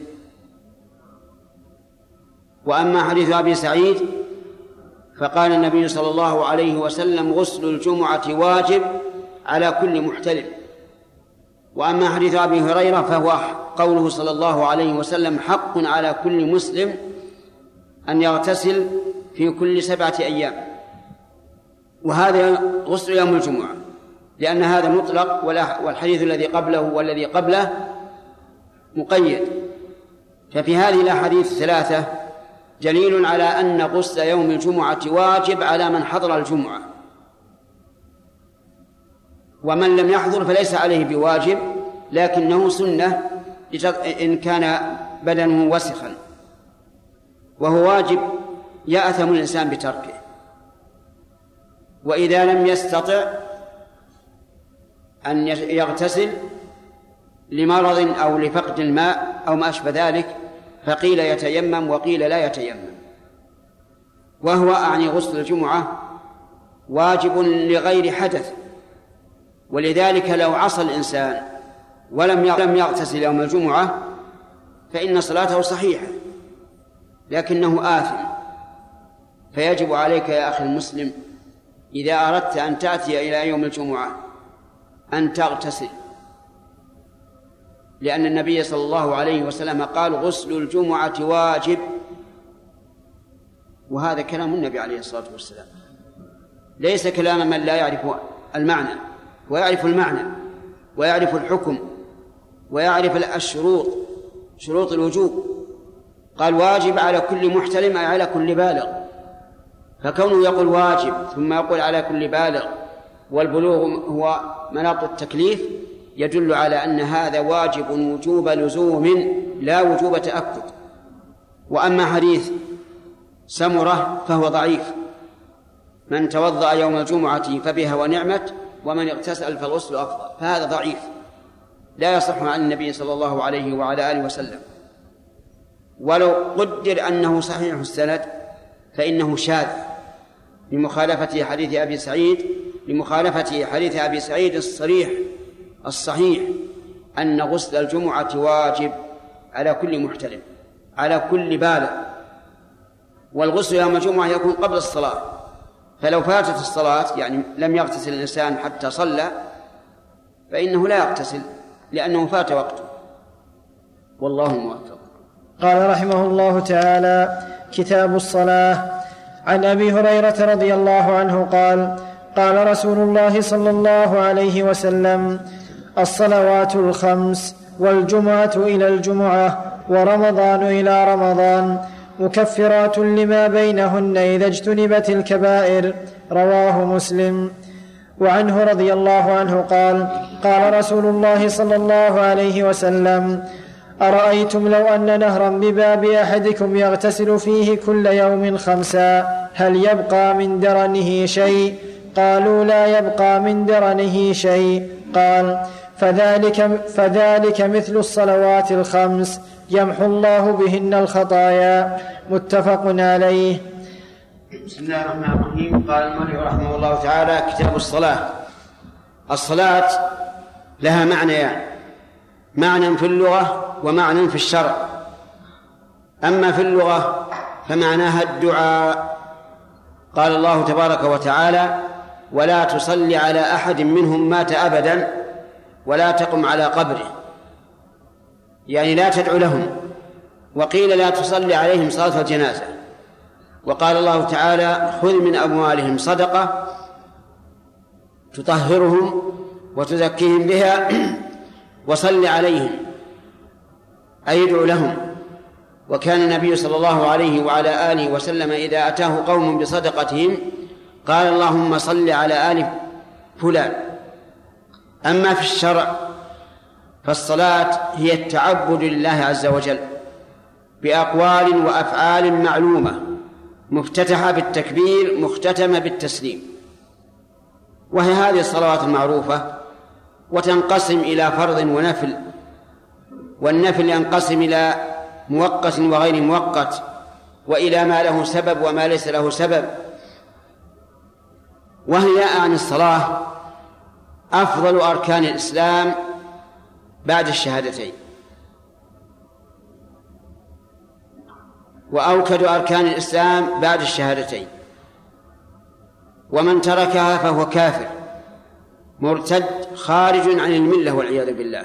وأما حديث أبي سعيد فقال النبي صلى الله عليه وسلم: غسل الجمعة واجب على كل محتلم. وأما حديث أبي هريرة فهو قوله صلى الله عليه وسلم: حق على كل مسلم أن يغتسل في كل 7 أيام. وهذا غسل يوم الجمعة، لأن هذا مطلق، والحديث الذي قبله والذي قبله مقيد. ففي هذه الأحاديث 3 دليل على أن غسل يوم الجمعة واجب على من حضر الجمعة، ومن لم يحضر فليس عليه بواجب، لكنه سنة إن كان بدنه وسخا، وهو واجب يأثم الإنسان بتركه. وإذا لم يستطع أن يغتسل لمرض أو لفقد الماء أو ما أشبه ذلك فقيل يتيمم وقيل لا يتيمم. وهو أعني غسل الجمعة واجب لغير حدث، ولذلك لو عصى الإنسان ولم يغتسل يوم الجمعة فإن صلاته صحيحة، لكنه آثم. فيجب عليك يا أخي المسلم إذا أردت أن تأتي إلى يوم الجمعة أن تغتسل، لأن النبي صلى الله عليه وسلم قال: غسل الجمعة واجب. وهذا كلام النبي عليه الصلاة والسلام، ليس كلام من لا يعرف المعنى، ويعرف المعنى ويعرف الحكم ويعرف الشروط، شروط الوجوب. قال: واجب على كل محتلم، أي على كل بالغ. فكونه يقول واجب ثم يقول على كل بالغ، والبلوغ هو مناط التكليف، يدل على أن هذا واجب وجوب لزوم لا وجوب تأكد. وأما حديث سمرة فهو ضعيف، من توضأ يوم الجمعة فبها ونعمت ومن اغتسل فالغسل أفضل، فهذا ضعيف لا يصح عن النبي صلى الله عليه وعلى آله وسلم. ولو قدر أنه صحيح السند فإنه شاذ لمخالفة حديث أبي سعيد الصحيح أن غسل الجمعة واجب على كل محتلم على كل بالغ، والغسل يوم الجمعة يكون قبل الصلاة، فلو فاتت الصلاة يعني لم يغتسل الإنسان حتى صلى فإنه لا يغتسل لأنه فات وقته، والله موفق. قال رحمه الله تعالى: كتاب الصلاة. عن أبي هريرة رضي الله عنه قال: قال رسول الله صلى الله عليه وسلم: الصلوات الخمس والجمعة إلى الجمعة ورمضان إلى رمضان مكفرات لما بينهن إذا اجتنبت الكبائر. رواه مسلم. وعنه رضي الله عنه قال: قال رسول الله صلى الله عليه وسلم: أرأيتم لو أن نهرا بباب أحدكم يغتسل فيه كل يوم 5 هل يبقى من درنه شيء؟ قالوا: لا يبقى من درنه شيء. قال: فذلك مثل الصلوات الخمس يمحو الله بهن الخطايا. متفق عليه. بسم الله الرحمن الرحيم. قال المؤلف رحمه الله تعالى: كتاب الصلاة. الصلاة لها معنيان: معنى في اللغة ومعنى في الشرع. أما في اللغة فمعناها الدعاء. قال الله تبارك وتعالى: ولا تصلي على أحد منهم مات أبدا ولا تقم على قبره، يعني لا تدعو لهم. وقيل لا تصلي عليهم صلاة الجنازة. وقال الله تعالى: خذ من أموالهم صدقة تطهرهم وتزكيهم بها وصل عليهم، أي ادعو لهم. وكان النبي صلى الله عليه وعلى آله وسلم إذا أتاه قوم بصدقتهم قال: اللهم صل على آل فلان. أما في الشرع فالصلاة هي التعبد لله عز وجل بأقوال وأفعال معلومة، مفتتحة بالتكبير مختتمة بالتسليم، وهي هذه الصلوات المعروفة. وتنقسم إلى فرض ونفل، والنفل ينقسم إلى مؤقت وغير مؤقت، وإلى ما له سبب وما ليس له سبب. وهي عن الصلاة أفضل أركان الإسلام بعد الشهادتين، وأوكد أركان الإسلام بعد الشهادتين، ومن تركها فهو كافر مرتد خارج عن الملة والعياذ بالله.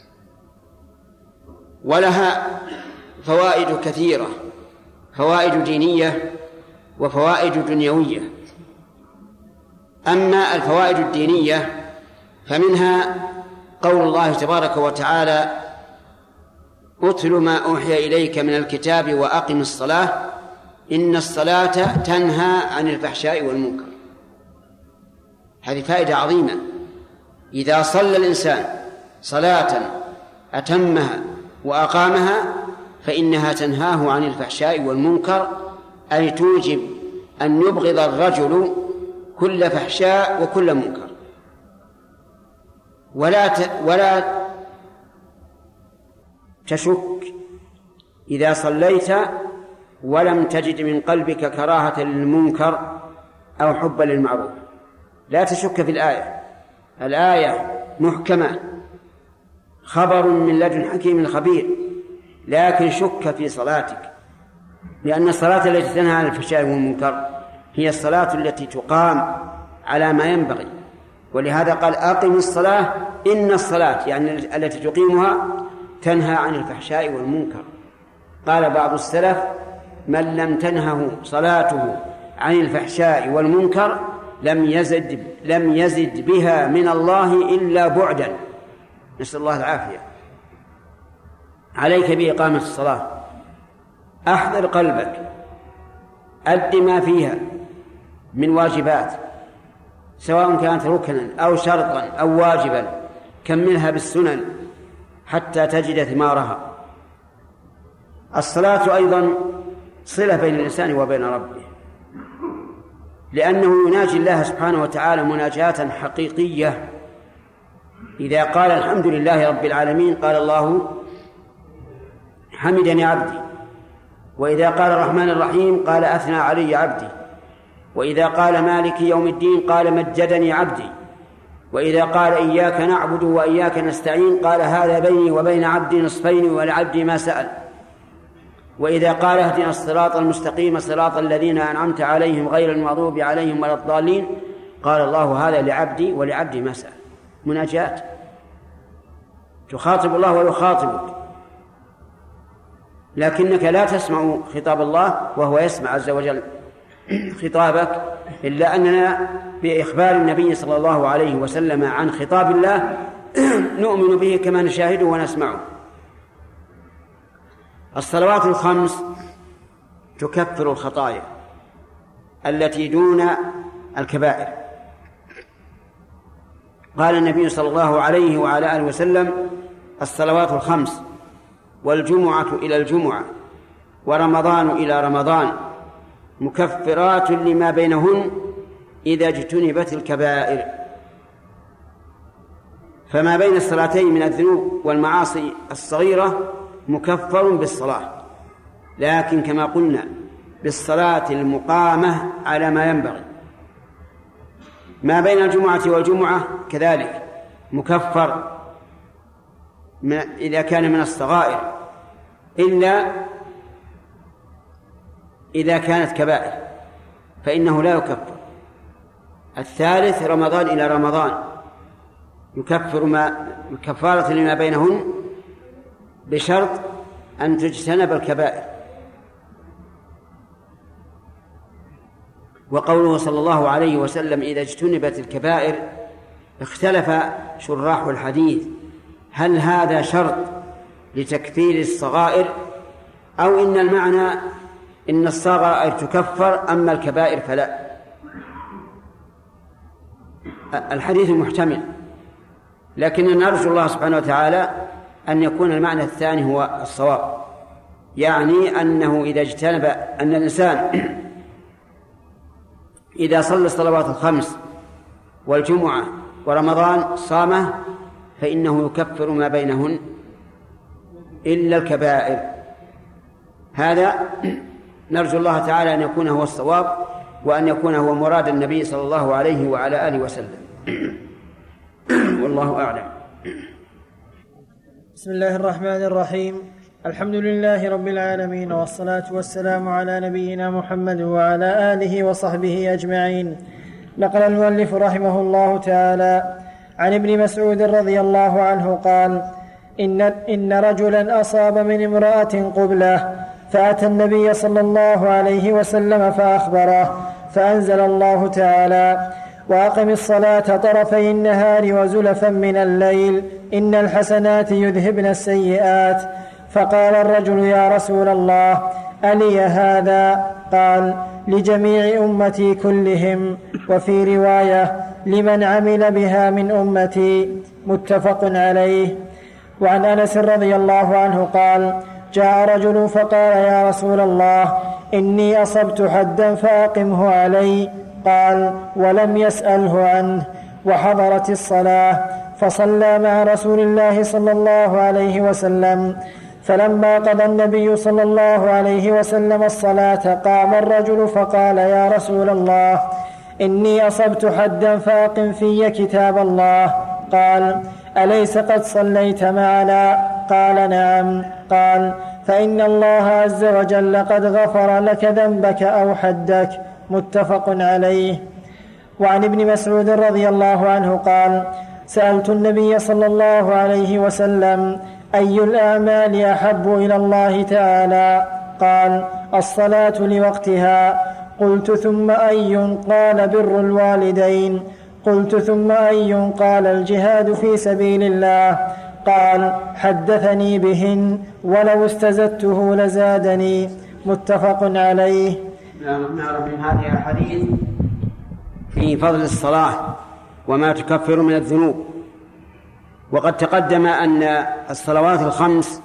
ولها فوائد كثيرة، فوائد دينية وفوائد دنيوية. أما الفوائد الدينية فمنها قول الله تبارك وتعالى: أتل ما أوحي إليك من الكتاب وأقم الصلاة إن الصلاة تنهى عن الفحشاء والمنكر. هذه فائدة عظيمة. إذا صلى الإنسان صلاة أتمها وأقامها فإنها تنهاه عن الفحشاء والمنكر، أي توجب أن يبغض الرجل كل فحشاء وكل منكر. ولا تشك إذا صليت ولم تجد من قلبك كراهة للمنكر أو حبا للمعروف. لا تشك في الآية محكمة، خبر من لدن حكيم خبير، لكن شك في صلاتك، لأن الصلاة التي تنهى عن الفحشاء والمنكر هي الصلاة التي تقام على ما ينبغي. ولهذا قال: أقم الصلاة إن الصلاة، يعني التي تقيمها تنهى عن الفحشاء والمنكر. قال بعض السلف: من لم تنهه صلاته عن الفحشاء والمنكر لم يزد بها من الله إلا بعدا. نسأل الله العافية. عليك بإقامة الصلاة، أحضر قلبك، أد ما فيها من واجبات، سواء كانت ركنا أو شرطا أو واجبا، كملها بالسنن حتى تجد ثمارها. الصلاة أيضا صلة بين الإنسان وبين ربه، لأنه يناجي الله سبحانه وتعالى مناجاة حقيقية. إذا قال الحمد لله رب العالمين قال الله حمدني عبدي، وإذا قال الرحمن الرحيم قال أثنى علي عبدي، وإذا قال مالك يوم الدين قال مجدني عبدي، وإذا قال إياك نعبد وإياك نستعين قال هذا بيني وبين عبدي نصفين ولعبدي ما سأل، وإذا قال اهدنا الصراط المستقيم صراط الذين أنعمت عليهم غير المغضوب عليهم ولا الضالين قال الله هذا لعبدي ولعبدي ما سأل. مناجاة، تخاطب الله ويخاطبك، لكنك لا تسمع خطاب الله وهو يسمع عز وجل خطابك، إلا أننا بإخبار النبي صلى الله عليه وسلم عن خطاب الله نؤمن به كما نشاهده ونسمعه. الصلوات الخمس تكفر الخطايا التي دون الكبائر. قال النبي صلى الله عليه وعلى آله وسلم الصلوات الخمس والجمعة إلى الجمعة ورمضان إلى رمضان مكفرات لما بينهن إذا اجتنبت الكبائر. فما بين الصلاتين من الذنوب والمعاصي الصغيرة مكفر بالصلاة، لكن كما قلنا بالصلاة المقامة على ما ينبغي. ما بين الجمعة والجمعة كذلك مكفر إذا كان من الصغائر، إلا إذا كانت كبائر فإنه لا يكفر. الثالث رمضان إلى رمضان يكفر كفارة لما بينهن بشرط أن تجتنب الكبائر. وقوله صلى الله عليه وسلم إذا اجتنبت الكبائر، اختلف شراح الحديث هل هذا شرط لتكفير الصغائر أو إن المعنى إن الصغائر تكفر أما الكبائر فلا. الحديث محتمل، لكن نرجو الله سبحانه وتعالى أن يكون المعنى الثاني هو الصواب، يعني أنه إذا اجتنب أن الإنسان إذا صلى الصلوات الخمس والجمعة ورمضان صامه فإنه يكفر ما بينهن إلا الكبائر. هذا نرجو الله تعالى أن يكون هو الصواب وأن يكون هو مراد النبي صلى الله عليه وعلى آله وسلم. والله أعلم. بسم الله الرحمن الرحيم. الحمد لله رب العالمين، والصلاة والسلام على نبينا محمد وعلى آله وصحبه أجمعين. نقل المؤلف رحمه الله تعالى عن ابن مسعود رضي الله عنه قال إن رجلا أصاب من امرأة قبلة فأتى النبي صلى الله عليه وسلم فأخبره، فأنزل الله تعالى وأقم الصلاة طرفي النهار وزلفا من الليل إن الحسنات يذهبن السيئات. فقال الرجل يا رسول الله ألي هذا؟ قال لجميع أمتي كلهم، وفي رواية لمن عمل بها من أمتي، متفق عليه. وعن أنس رضي الله عنه قال جاء رجل فقال يا رسول الله إني أصبت حدا فأقمه علي. قال ولم يسأله عنه، وحضرت الصلاة فصلى مع رسول الله صلى الله عليه وسلم. فلما قضى النبي صلى الله عليه وسلم الصلاة قام الرجل فقال يا رسول الله إني أصبت حدا فأقم في كتاب الله. قال أليس قد صليت معنا؟ قال نعم. قال فإن الله عز وجل قد غفر لك ذنبك أو حدك، متفق عليه. وعن ابن مسعود رضي الله عنه قال سألت النبي صلى الله عليه وسلم أي الأعمال أحب إلى الله تعالى؟ قال الصلاة لوقتها. قلت ثم أي؟ قال بر الوالدين. قلت ثم أي؟ قال الجهاد في سبيل الله. قال حدثني بهن ولو استزدته لزادني، متفق عليه. نعرف من هذه الحديث في فضل الصلاة وما تكفر من الذنوب. وقد تقدم أن الصلوات الخمس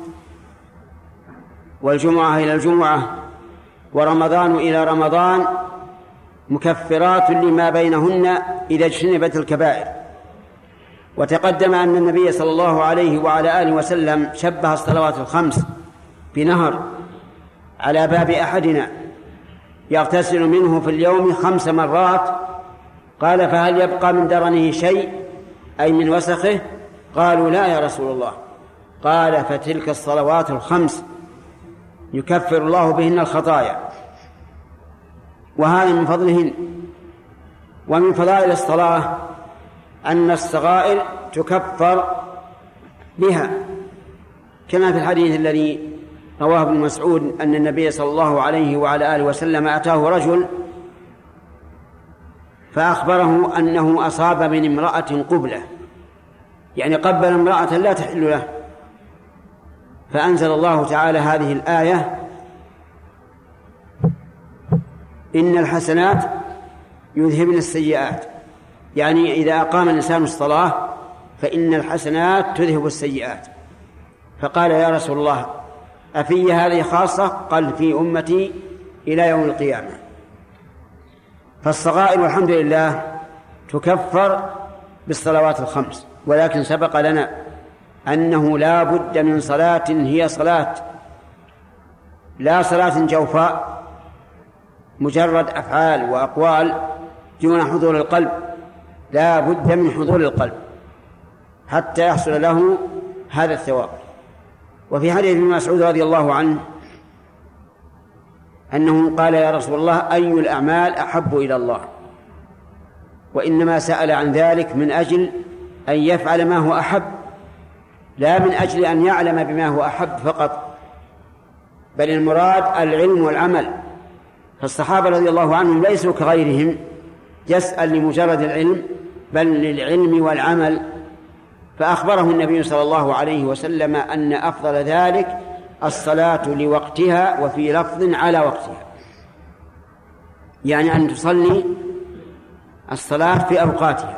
والجمعة إلى الجمعة ورمضان إلى رمضان مكفرات لما بينهن إذا اجتنبت الكبائر. وتقدم أن النبي صلى الله عليه وعلى آله وسلم شبه الصلوات الخمس بنهر على باب أحدنا يغتسل منه في اليوم 5 مرات. قال: فهل يبقى من درنه شيء، أي من وسخه؟ قالوا: لا يا رسول الله. قال: فتلك الصلوات الخمس يكفر الله بهن الخطايا، وهذا من فضلهن. ومن فضائل الصلاة أن الصغائر تكفر بها، كما في الحديث الذي رواه ابن مسعود أن النبي صلى الله عليه وعلى آله وسلم أتاه رجل فأخبره أنه أصاب من امرأة قبلة، يعني قبل امرأة لا تحل له، فأنزل الله تعالى هذه الآية: إن الحسنات يذهبن السيئات، يعني إذا أقام الإنسان الصلاة فإن الحسنات تذهب السيئات. فقال: يا رسول الله، أفي هذه خاصة؟ قال: في أمتي إلى يوم القيامة. فالصغائر والحمد لله تكفر بالصلوات الخمس، ولكن سبق لنا أنه لا بد من صلاة هي صلاة، لا صلاة جوفاء مجرد أفعال وأقوال دون حضور القلب، لا بد من حضور القلب حتى يحصل له هذا الثواب. وفي حديث ابن مسعود رضي الله عنه أنه قال: يا رسول الله، أي الأعمال أحب إلى الله؟ وإنما سأل عن ذلك من أجل أن يفعل ما هو أحب، لا من أجل أن يعلم بما هو أحب فقط، بل المراد العلم والعمل. فالصحابة رضي الله عنهم ليسوا كغيرهم يسأل لمجرد العلم، بل للعلم والعمل. فأخبره النبي صلى الله عليه وسلم أن أفضل ذلك الصلاة لوقتها، وفي لفظ على وقتها، يعني أن تصلي الصلاة في أوقاتها.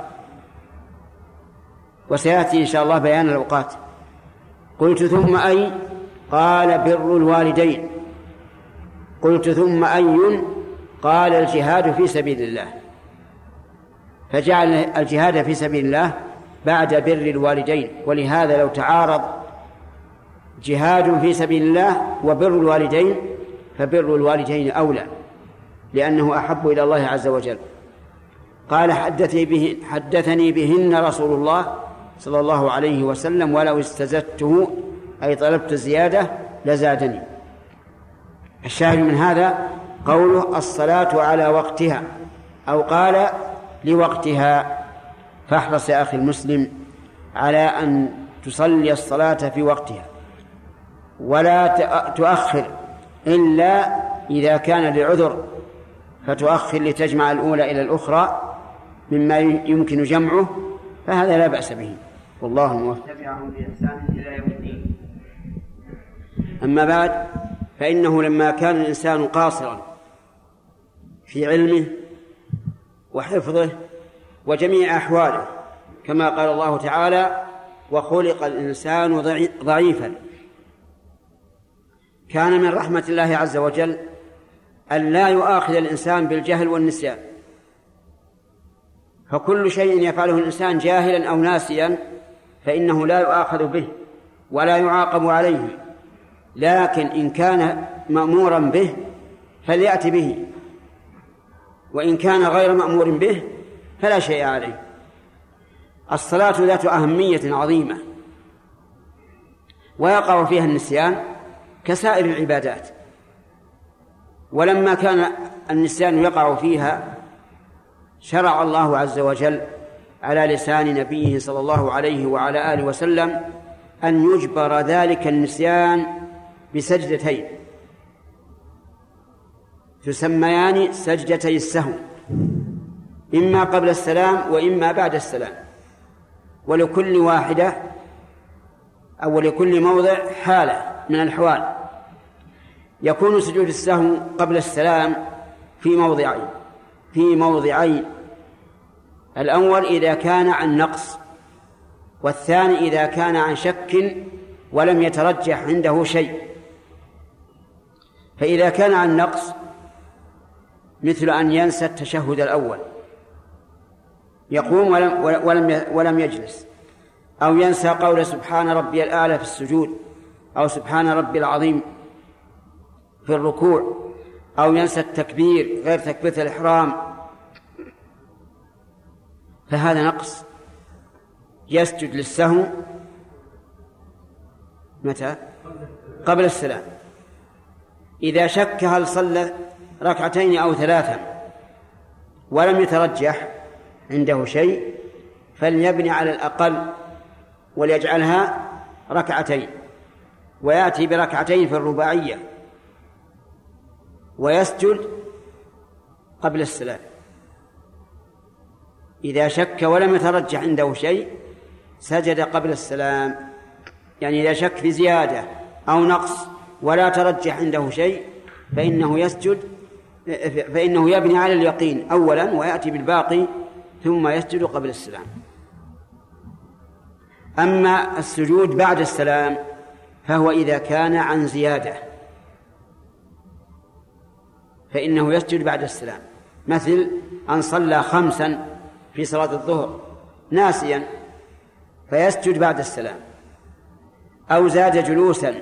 وسيأتي إن شاء الله بيان الأوقات. قلت: ثم أي؟ قال: بر الوالدين. قلت: ثم أي؟ قال: الجهاد في سبيل الله. فجعل الجهاد في سبيل الله بعد بر الوالدين. ولهذا لو تعارض جهاد في سبيل الله وبر الوالدين فبر الوالدين أولى، لأنه أحب إلى الله عز وجل. قال: حدثني بهن رسول الله صلى الله عليه وسلم، ولو استزدته أي طلبت زيادة لزادني. الشاهد من هذا قوله: الصلاة على وقتها، أو قال لوقتها. فاحرص يا أخي المسلم على أن تصلي الصلاة في وقتها، ولا تؤخر إلا إذا كان لعذر، فتؤخر لتجمع الأولى إلى الأخرى مما يمكن جمعه، فهذا لا بأس به. والله موفق. تبعهم بإحسان إلى يوم الدين. أما بعد، فإنه لما كان الإنسان قاصرا في علمه وحفظه وجميع أحواله، كما قال الله تعالى: وخلق الإنسان ضعيفا، كان من رحمة الله عز وجل أن لا يؤاخذ الإنسان بالجهل والنسيان، فكل شيء يفعله الإنسان جاهلا أو ناسيا فإنه لا يؤاخذ به ولا يعاقب عليه، لكن إن كان مأمورا به فليأتي به، وإن كان غير مأمور به فلا شيء عليه. الصلاة ذات أهمية عظيمة، ويقع فيها النسيان كسائر العبادات. ولما كان النسيان يقع فيها شرع الله عز وجل على لسان نبيه صلى الله عليه وعلى آله وسلم أن يجبر ذلك النسيان بسجدتين تسميان سجدتي السهو، إما قبل السلام وإما بعد السلام، ولكل واحدة أو لكل موضع حالة من الأحوال. يكون سجود السهو قبل السلام في موضعين: الأول إذا كان عن نقص، والثاني إذا كان عن شك ولم يترجح عنده شيء. فإذا كان عن نقص مثل أن ينسى التشهد الأول يقوم ولم يجلس، أو ينسى قول سبحان ربي الأعلى في السجود، أو سبحان ربي العظيم في الركوع، أو ينسى التكبير غير تكبيرة الإحرام، فهذا نقص. يسجد للسهو متى؟ قبل السلام. إذا شك هل صلى ركعتين أو ثلاثا ولم يترجح عنده شيء فليبني على الأقل وليجعلها ركعتين، ويأتي بركعتين في الرباعية ويسجد قبل السلام. إذا شك ولم يترجح عنده شيء سجد قبل السلام، يعني إذا شك في زيادة أو نقص ولا ترجح عنده شيء فإنه يبني على اليقين أولا ويأتي بالباقي ثم يسجد قبل السلام. أما السجود بعد السلام فهو إذا كان عن زيادة فإنه يسجد بعد السلام، مثل أن صلى 5 في صلاة الظهر ناسيا فيسجد بعد السلام، أو زاد جلوسا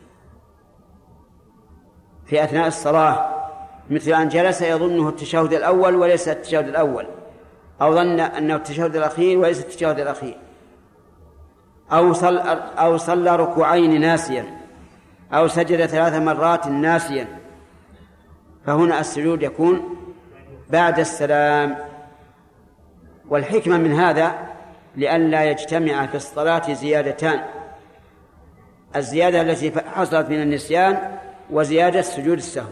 في أثناء الصلاة مثل أن جلس يظنه التشهد الأول وليس التشهد الأول، أو ظن أنه التشهد الأخير وليس التشهد الأخير، أو صلى ركوعين ناسيا، أو سجد 3 مرات ناسيا، فهنا السجود يكون بعد السلام. والحكمة من هذا لئلا يجتمع في الصلاة زيادتان: الزيادة التي حصلت من النسيان وزيادة سجود السهو.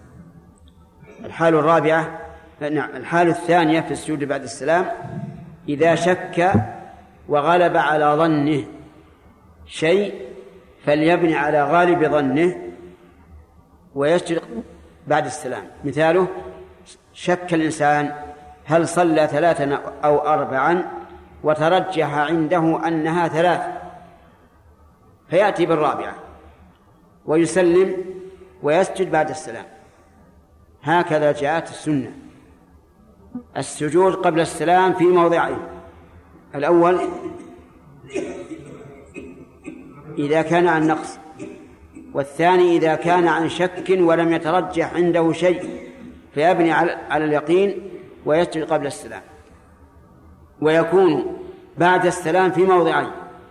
الحال الثانية في السجود بعد السلام إذا شك وغلب على ظنه شيء فليبني على غالب ظنه ويسجد بعد السلام. مثاله: شك الإنسان هل صلى 3 أو 4 وترجح عنده أنها 3، فيأتي بالرابعة ويسلم ويسجد بعد السلام. هكذا جاءت السنة: السجود قبل السلام في موضعين: الأول إذا كان عن نقص، والثاني إذا كان عن شك ولم يترجح عنده شيء فيبني على اليقين ويسجد قبل السلام. ويكون بعد السلام في موضعين: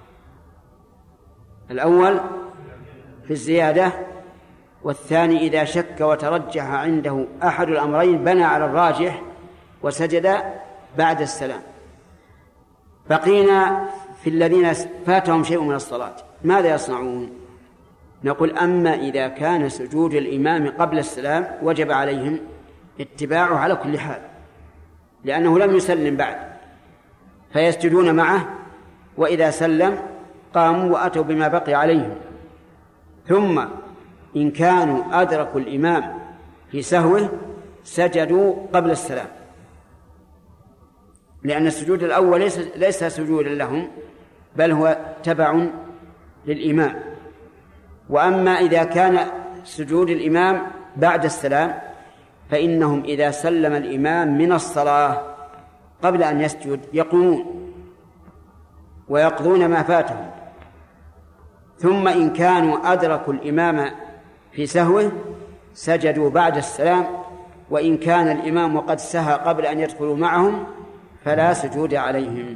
الأول في الزيادة، والثاني إذا شك وترجح عنده أحد الأمرين بنى على الراجح وسجد بعد السلام. بقينا في الذين فاتهم شيء من الصلاة ماذا يصنعون؟ نقول: أما إذا كان سجود الإمام قبل السلام وجب عليهم اتباعه على كل حال، لأنه لم يسلم بعد، فيسجدون معه، وإذا سلم قاموا وأتوا بما بقي عليهم. ثم إن كانوا أدركوا الإمام في سهوه سجدوا قبل السلام، لأن السجود الأول ليس سجودا لهم بل هو تبع للإمام. وأما إذا كان سجود الإمام بعد السلام فإنهم إذا سلم الإمام من الصلاة قبل أن يسجد يقومون ويقضون ما فاتهم. ثم إن كانوا أدركوا الإمام في سهوه سجدوا بعد السلام، وإن كان الإمام قد سهى قبل أن يدخلوا معهم فلا سجود عليهم.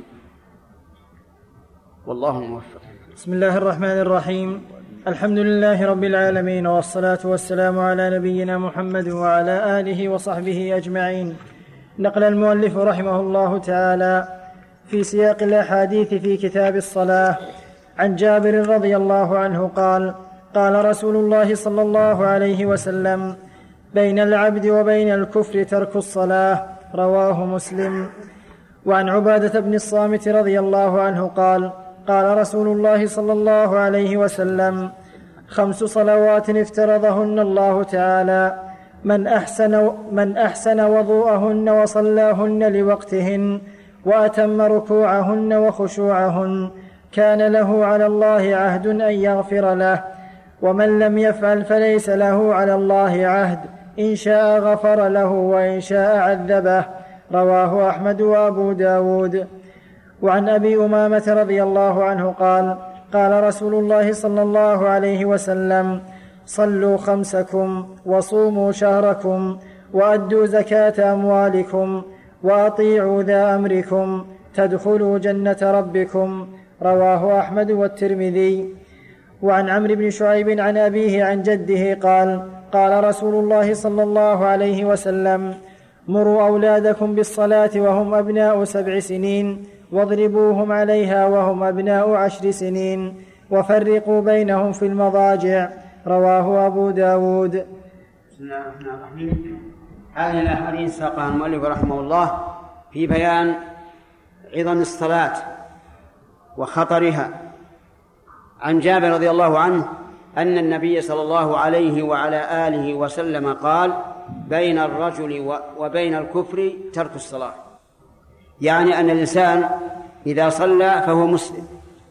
والله الموفق. بسم الله الرحمن الرحيم. الحمد لله رب العالمين، والصلاة والسلام على نبينا محمد وعلى آله وصحبه أجمعين. نقل المؤلف رحمه الله تعالى في سياق الأحاديث في كتاب الصلاة عن جابر رضي الله عنه قال: قال رسول الله صلى الله عليه وسلم: بين العبد وبين الكفر ترك الصلاة. رواه مسلم. وعن عبادة بن الصامت رضي الله عنه قال: قال رسول الله صلى الله عليه وسلم: 5 صلوات افترضهن الله تعالى، من أحسن وضوءهن وصلاهن لوقتهن وأتم ركوعهن وخشوعهن كان له على الله عهد أن يغفر له، ومن لم يفعل فليس له على الله عهد إن شاء غفر له وإن شاء عذبه. رواه أحمد وأبو داود. وعن أبي أمامة رضي الله عنه قال قال رسول الله صلى الله عليه وسلم صلوا خمسكم وصوموا شهركم وأدوا زكاة أموالكم وأطيعوا ذا أمركم تدخلوا جنة ربكم. رواه أحمد والترمذي. وعن عمرو بن شعيب عن أبيه عن جده قال قال رسول الله صلى الله عليه وسلم مروا أولادكم بالصلاة وهم أبناء 7 سنين واضربوهم عليها وهم أبناء 10 سنين وفرقوا بينهم في المضاجع. رواه أبو داود. بسم الله الرحمن الرحيم. هذه الأحاديث ساقها المؤلف رحمه الله في بيان عظم الصلاة وخطرها. عن جابر رضي الله عنه أن النبي صلى الله عليه وعلى آله وسلم قال بين الرجل وبين الكفر ترك الصلاة، يعني أن الإنسان إذا صلى فهو مسلم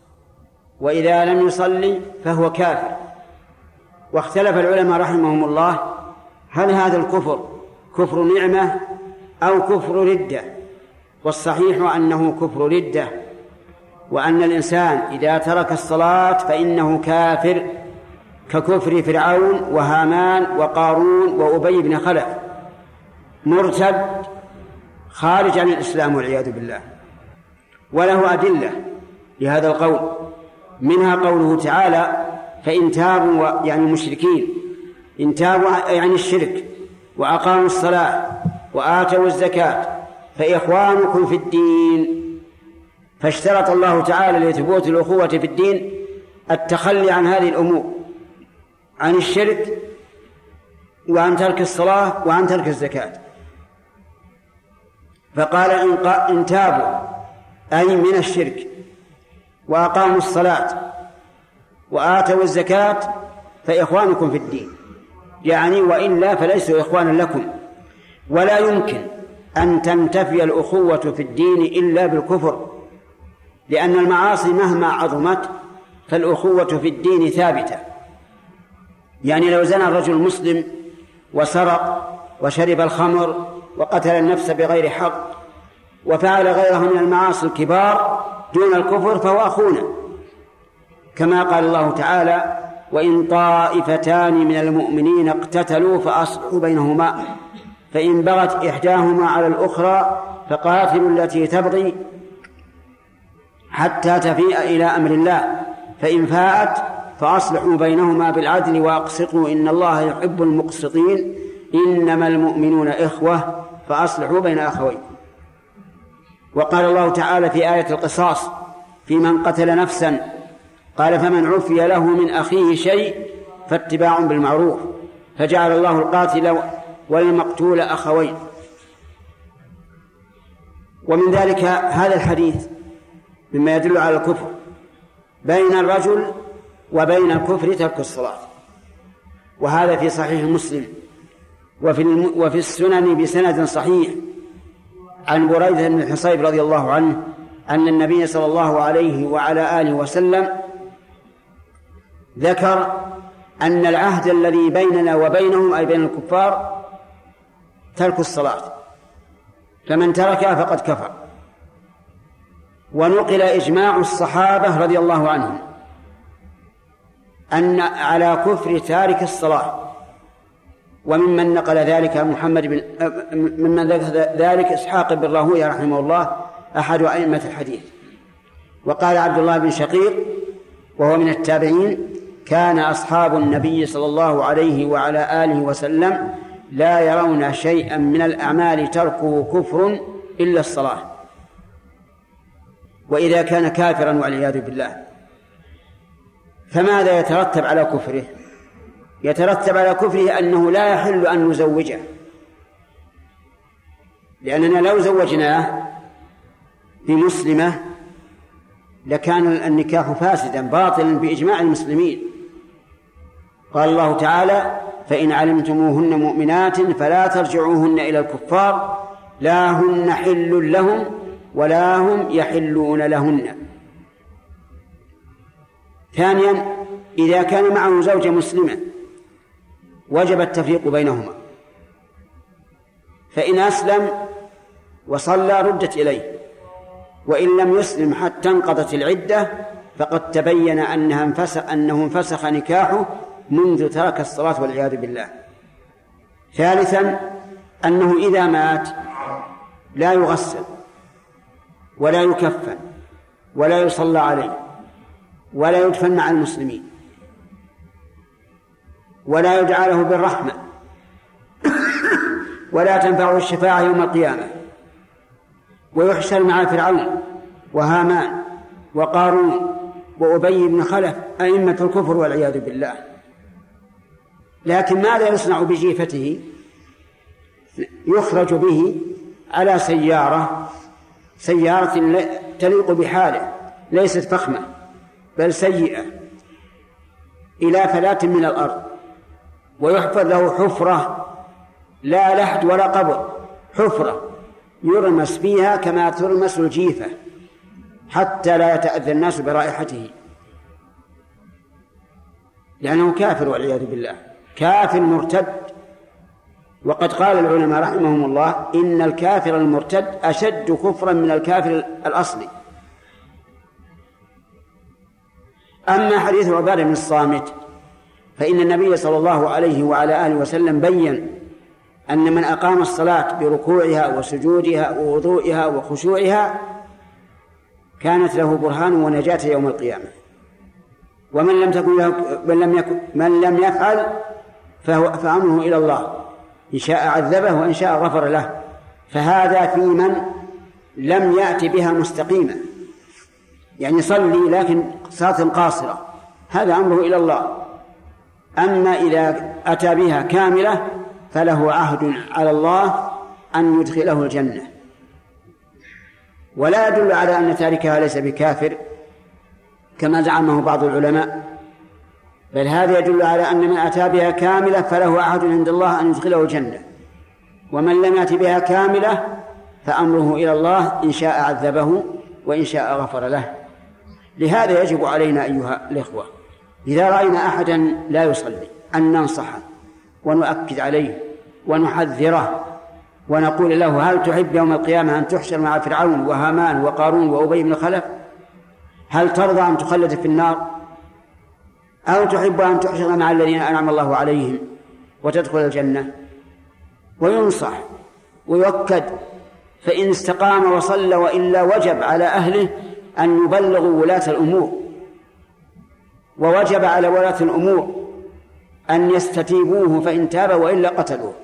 وإذا لم يصلي فهو كافر. واختلف العلماء رحمهم الله هل هذا الكفر كفر نعمة أو كفر ردة، والصحيح أنه كفر ردة، وأن الإنسان إذا ترك الصلاة فإنه كافر ككفر فرعون وهامان وقارون وأبي بن خلف، مرتد خارج عن الإسلام والعياذ بالله. وله أدلة لهذا القول، منها قوله تعالى فإن تابوا يعني المشركين إن تابوا يعني الشرك وأقاموا الصلاة وآتوا الزكاة فإخوانكم في الدين. فاشترط الله تعالى لثبوت الأخوة في الدين التخلي عن هذه الأمور، عن الشرك وعن ترك الصلاة وعن ترك الزكاة. فقال إن تابوا أي من الشرك وأقاموا الصلاة وآتوا الزكاة فإخوانكم في الدين، يعني وإلا فليسوا إخوانا لكم. ولا يمكن أن تنتفي الأخوة في الدين إلا بالكفر، لأن المعاصي مهما عظمت فالأخوة في الدين ثابتة. يعني لو زنى الرجل المسلم وسرق وشرب الخمر وقتل النفس بغير حق وفعل غيره من المعاصي الكبار دون الكفر فهو أخونا، كما قال الله تعالى وإن طائفتان من المؤمنين اقتتلوا فأصلحوا بينهما فإن بغت إحداهما على الأخرى فقاتلوا التي تبغي حتى تفيء إلى أمر الله فإن فاءت فأصلحوا بينهما بالعدل وأقسطوا إن الله يحب المقسطين إنما المؤمنون إخوة فأصلحوا بين أخويكم. وقال الله تعالى في آية القصاص في من قتل نفسا قال فمن عفي له من أخيه شيء فاتباع بالمعروف فجعل الله القاتل والمقتول أخوين. ومن ذلك هذا الحديث مما يدل على الكفر بين الرجل وبين الكفر ترك الصلاة، وهذا في صحيح مسلم وفي السنن بسند صحيح عن بريدة بن الحصيب رضي الله عنه أن النبي صلى الله عليه وعلى آله وسلم ذكر أن العهد الذي بيننا وبينهم أي بين الكفار ترك الصلاة، فمن تركها فقد كفر. ونقل إجماع الصحابة رضي الله عنهم أن على كفر تارك الصلاة، وممن نقل ذلك ممن ذلك إسحاق بن راهويه رحمه الله أحد أئمة الحديث. وقال عبد الله بن شقيق وهو من التابعين كان أصحاب النبي صلى الله عليه وعلى آله وسلم لا يرون شيئا من الأعمال تركه كفر إلا الصلاة، وإذا كان كافرا والعياذ بالله فماذا يترتب على كفره؟ يترتب على كفره أنه لا يحل أن نزوجه، لأننا لو زوجناه بمسلمة لكان النكاح فاسدا باطلا بإجماع المسلمين. قال الله تعالى فإن علمتموهن مؤمنات فلا ترجعوهن إلى الكفار لا هن حل لهم ولا هم يحلون لهن. ثانيا إذا كان معه زوجة مسلمة وجب التفريق بينهما فإن أسلم وصلى ردت إليه، وإن لم يسلم حتى انقضت العدة فقد تبين أنه انفسخ نكاحه منذ ترك الصلاة والعياذ بالله. ثالثا أنه إذا مات لا يغسل ولا يكفن ولا يصلى عليه ولا يدفن مع المسلمين ولا يدعى له بالرحمة ولا تنفعه الشفاعة يوم القيامة، ويحشر مع فرعون وهامان وقارون وأبي بن خلف أئمة الكفر والعياذ بالله. لكن ماذا يصنع بجيفته؟ يخرج به على سيارة تليق بحاله، ليست فخمة بل سيئة، إلى فلاة من الأرض، ويحفر له حفرة لا لحد ولا قبر، حفرة يرمس فيها كما ترمس الجيفة حتى لا يتأذى الناس برائحته، لأنه كافر والعياذ بالله، كافر مرتد. وقد قال العلماء رحمهم الله إن الكافر المرتد أشد كفرا من الكافر الأصلي. أما حديث عبادة بن الصامت فإن النبي صلى الله عليه وعلى آله وسلم بيّن أن من أقام الصلاة بركوعها وسجودها ووضوئها وخشوعها كانت له برهان ونجاة يوم القيامة، ومن لم يفعل فأمره إلى الله، إن شاء عذبه وإن شاء غفر له. فهذا في من لم يأت بها مستقيمة، يعني صلي لكن صلاة قاصرة، هذا أمره إلى الله. أما إذا أتى بها كاملة فله عهد على الله أن يدخله الجنة. ولا يدل على أن تاركها ليس بكافر كما زعمه بعض العلماء، بل هذا يدل على أن من أتى بها كاملة فله عهد عند الله أن يدخله الجنة، ومن لم يأت بها كاملة فأمره إلى الله، إن شاء عذبه وإن شاء غفر له. لهذا يجب علينا أيها الإخوة إذا رأينا أحدا لا يصلي أن ننصحه ونؤكد عليه ونحذره ونقول له هل تحب يوم القيامة أن تحشر مع فرعون وهامان وقارون وأبي بن خلف؟ هل ترضى أن تخلد في النار؟ أو تحب أن تحشر مع الذين أنعم الله عليهم وتدخل الجنة؟ وينصح ويؤكد، فإن استقام وصلى وإلا وجب على أهله أن يبلغوا ولاة الأمور، ووجب على ولاة الأمور أن يستتيبوه فإن تاب وإلا قتلوه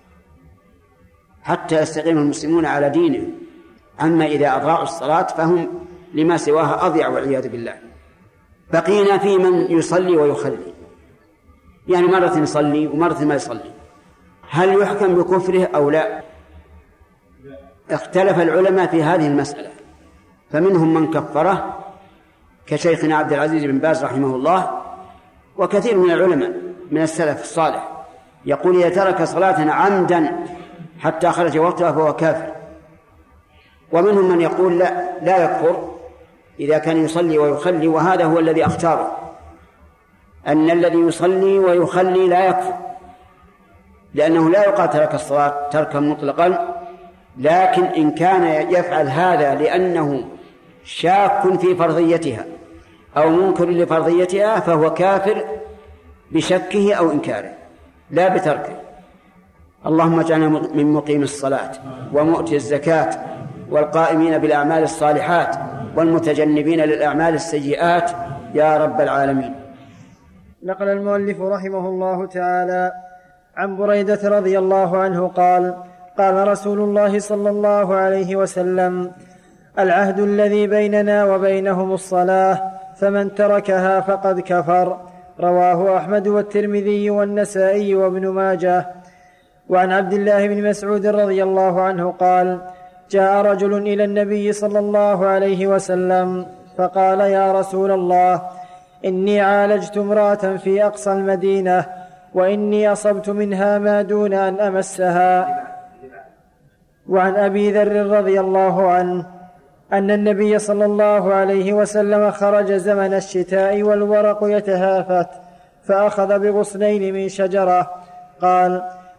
حتى يستقيم المسلمون على دينهم. أما إذا أضاعوا الصلاة فهم لما سواها أضيع والعياذ بالله. بقينا في من يصلي ويخلي، يعني مرة يصلي ومرة ما يصلي، هل يحكم بكفره أو لا؟ اختلف العلماء في هذه المسألة، فمنهم من كفره كشيخنا عبد العزيز بن باز رحمه الله، وكثير من العلماء من السلف الصالح يقول إذا ترك صلاة عمدا حتى خرج وقتها فهو كافر. ومنهم من يقول لا يكفر إذا كان يصلي ويخلي، وهذا هو الذي أختاره، أن الذي يصلي ويخلي لا يكفر، لأنه لا يقال ترك الصلاة تركا مطلقا، لكن إن كان يفعل هذا لأنه شاك في فرضيتها أو منكر لفرضيتها فهو كافر بشكه أو إنكاره لا بتركه. اللهم اجعلنا من مقيم الصلاة ومؤتي الزكاة والقائمين بالأعمال الصالحات والمتجنبين للأعمال السيئات يا رب العالمين. نقل المؤلف رحمه الله تعالى عن بريدة رضي الله عنه قال: قال رسول الله صلى الله عليه وسلم: العهد الذي بيننا وبينهم الصلاة، فمن تركها فقد كفر. رواه أحمد والترمذي والنسائي وابن ماجه. وعن عبد الله بن مسعود رضي الله عنه قال: جاء رجل إلى النبي صلى الله عليه وسلم فقال: يا رسول الله، إني عالجت امرأة في أقصى المدينة وإني أصبت منها ما دون أن أمسها. وعن أبي ذر رضي الله عنه أن النبي صلى الله عليه وسلم خرج زمن الشتاء والورق يتهافت، فأخذ بغصنين من شجرة، قال: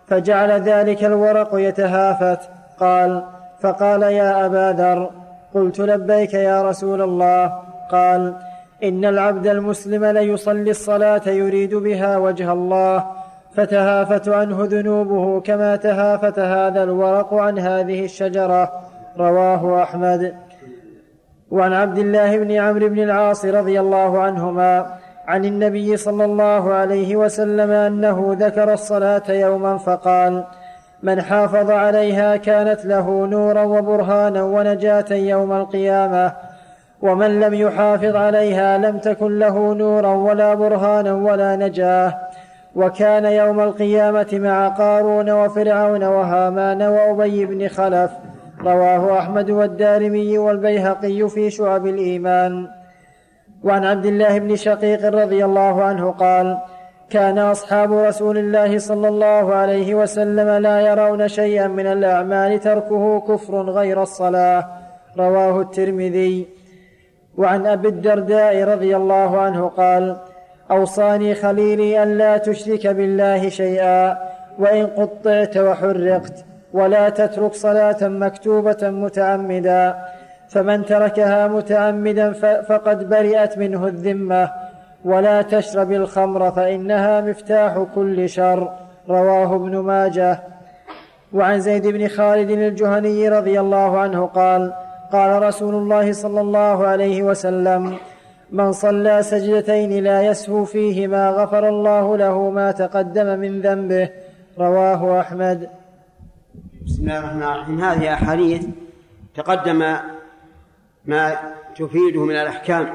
فجعل ذلك الورق يتهافت. فقال يا أبا ذر. قلت لبيك يا رسول الله. قال إن العبد المسلم ليصلي الصلاة يريد بها وجه الله، فتهافت عنه ذنوبه كما تهافت هذا الورق عن هذه الشجرة. رواه أحمد. وعن عبد الله بن عمرو بن العاص رضي الله عنهما عن النبي صلى الله عليه وسلم أنه ذكر الصلاة يوما فقال: من حافظ عليها كانت له نورا وبرهانا ونجاة يوم القيامة، ومن لم يحافظ عليها لم تكن له نورا ولا برهانا ولا نجاة، وكان يوم القيامة مع قارون وفرعون وهامان وأبي بن خلف. رواه أحمد والدارمي والبيهقي في شعب الإيمان. وعن عبد الله بن شقيق رضي الله عنه قال: كان أصحاب رسول الله صلى الله عليه وسلم لا يرون شيئا من الأعمال تركه كفر غير الصلاة. رواه الترمذي. وعن أبي الدرداء رضي الله عنه قال: أوصاني خليلي أن لا تشرك بالله شيئا وإن قطعت وحرقت، ولا تترك صلاة مكتوبة متعمدا، فمن تركها متعمدا فقد برئت منه الذمة، ولا تشرب الخمر فإنها مفتاح كل شر. رواه ابن ماجه. وعن زيد بن خالد الجهني رضي الله عنه قال: قال رسول الله صلى الله عليه وسلم: من صلى سجدتين لا يسهو فيهما غفر الله له ما تقدم من ذنبه. رواه أحمد. بسم الله الرحمن الرحيم. هذه أحاديث تقدم ما تفيده من الأحكام،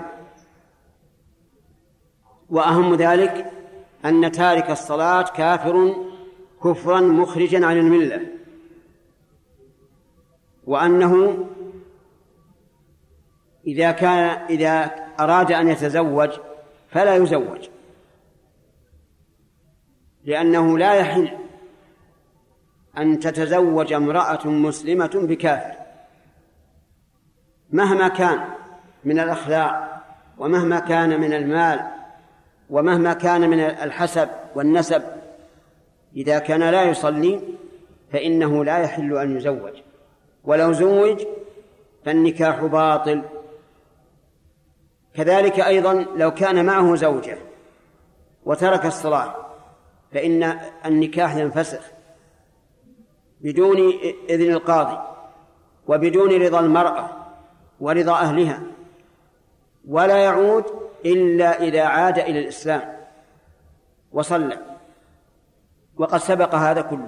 وأهم ذلك أن تارك الصلاة كافر كفرا مخرجا عن الملة، وأنه إذا أراد أن يتزوج فلا يزوج، لأنه لا يحل أن تتزوج امرأة مسلمة بكافر مهما كان من الأخلاق، ومهما كان من المال، ومهما كان من الحسب والنسب. إذا كان لا يصلي فإنه لا يحل أن يزوج، ولو زوج فالنكاح باطل. كذلك أيضا لو كان معه زوجة وترك الصلاة فإن النكاح ينفسخ بدون إذن القاضي، وبدون رضا المرأة ورضا أهلها، ولا يعود إلا إذا عاد إلى الإسلام وصلى، وقد سبق هذا كله.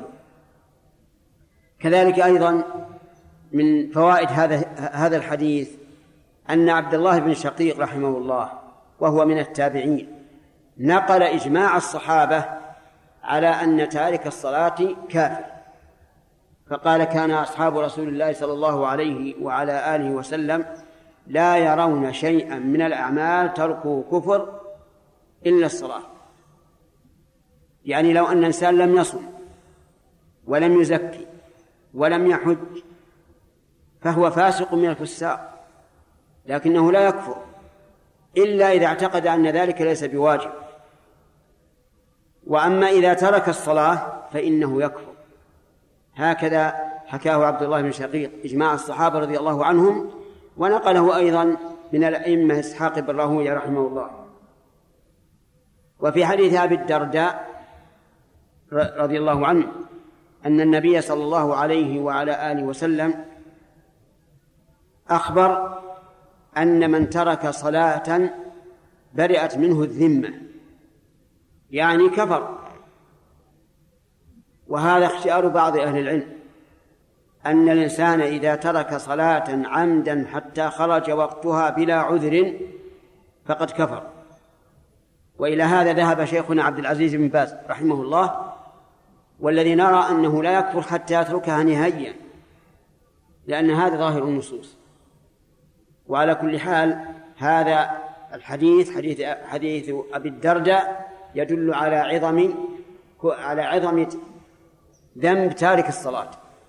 كذلك أيضا من فوائد هذا الحديث أن عبد الله بن شقيق رحمه الله وهو من التابعين نقل إجماع الصحابة على أن تارك الصلاة كافر، فقال: كان أصحاب رسول الله صلى الله عليه وعلى آله وسلم لا يرون شيئا من الأعمال تركه كفر إلا الصلاة. يعني لو أن إنسان لم يصم ولم يزكي ولم يحج فهو فاسق من الفساق، لكنه لا يكفر إلا إذا اعتقد أن ذلك ليس بواجب. وأما إذا ترك الصلاة فإنه يكفر. هكذا حكاه عبد الله بن شقيق إجماع الصحابة رضي الله عنهم، ونقله أيضا من الأئمة إسحاق بن راهويه رحمه الله. وفي حديث أبي الدرداء رضي الله عنه أن النبي صلى الله عليه وعلى آله وسلم أخبر أن من ترك صلاة برئت منه الذمة، يعني كفر. وهذا اختيار بعض أهل العلم، أن الإنسان إذا ترك صلاة عمدا حتى خرج وقتها بلا عذر فقد كفر. وإلى هذا ذهب شيخنا عبد العزيز بن باز رحمه الله، والذي نرى أنه لا يكفر حتى يتركها نهائيا، لأن هذا ظاهر النصوص. وعلى كل حال هذا الحديث حديث أبي الدرداء يدل على عظم ذنب تارك الصلاة.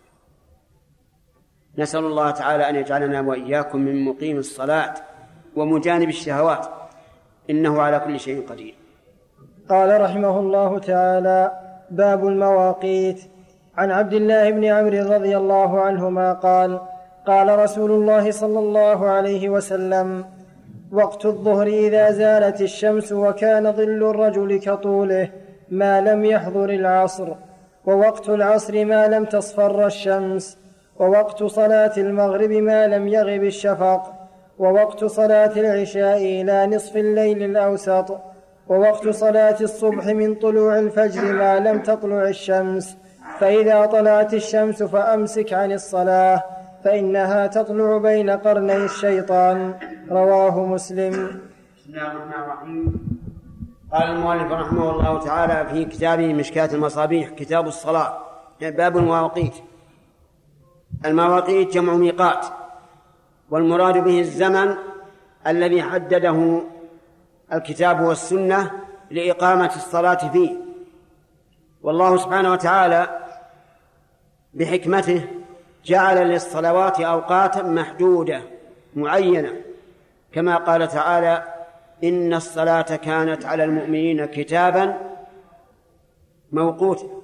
نسأل الله تعالى أن يجعلنا وإياكم من مقيم الصلاة ومجانب الشهوات، إنه على كل شيء قدير. قال رحمه الله تعالى: باب المواقيت. عن عبد الله بن عمرو رضي الله عنهما قال قال رسول الله صلى الله عليه وسلم: وقت الظهر إذا زالت الشمس وكان ظل الرجل كطوله ما لم يحضر العصر، ووقت العصر ما لم تصفر الشمس، ووقت صلاة المغرب ما لم يغب الشفق، ووقت صلاة العشاء إلى نصف الليل الأوسط، ووقت صلاة الصبح من طلوع الفجر ما لم تطلع الشمس، فإذا طلعت الشمس فأمسك عن الصلاة فإنها تطلع بين قرني الشيطان. رواه مسلم. بسم الله الرحمن الرحيم. قال المؤلف رحمه الله تعالى في كتابه مشكاة المصابيح كتاب الصلاة باب المواقيت. المواقيت جمع ميقات، والمراد به الزمن الذي حدده الكتاب والسنة لإقامة الصلاة فيه. والله سبحانه وتعالى بحكمته جعل للصلوات أوقاتا محدودة معينة، كما قال تعالى: إن الصلاة كانت على المؤمنين كتابا موقوتا،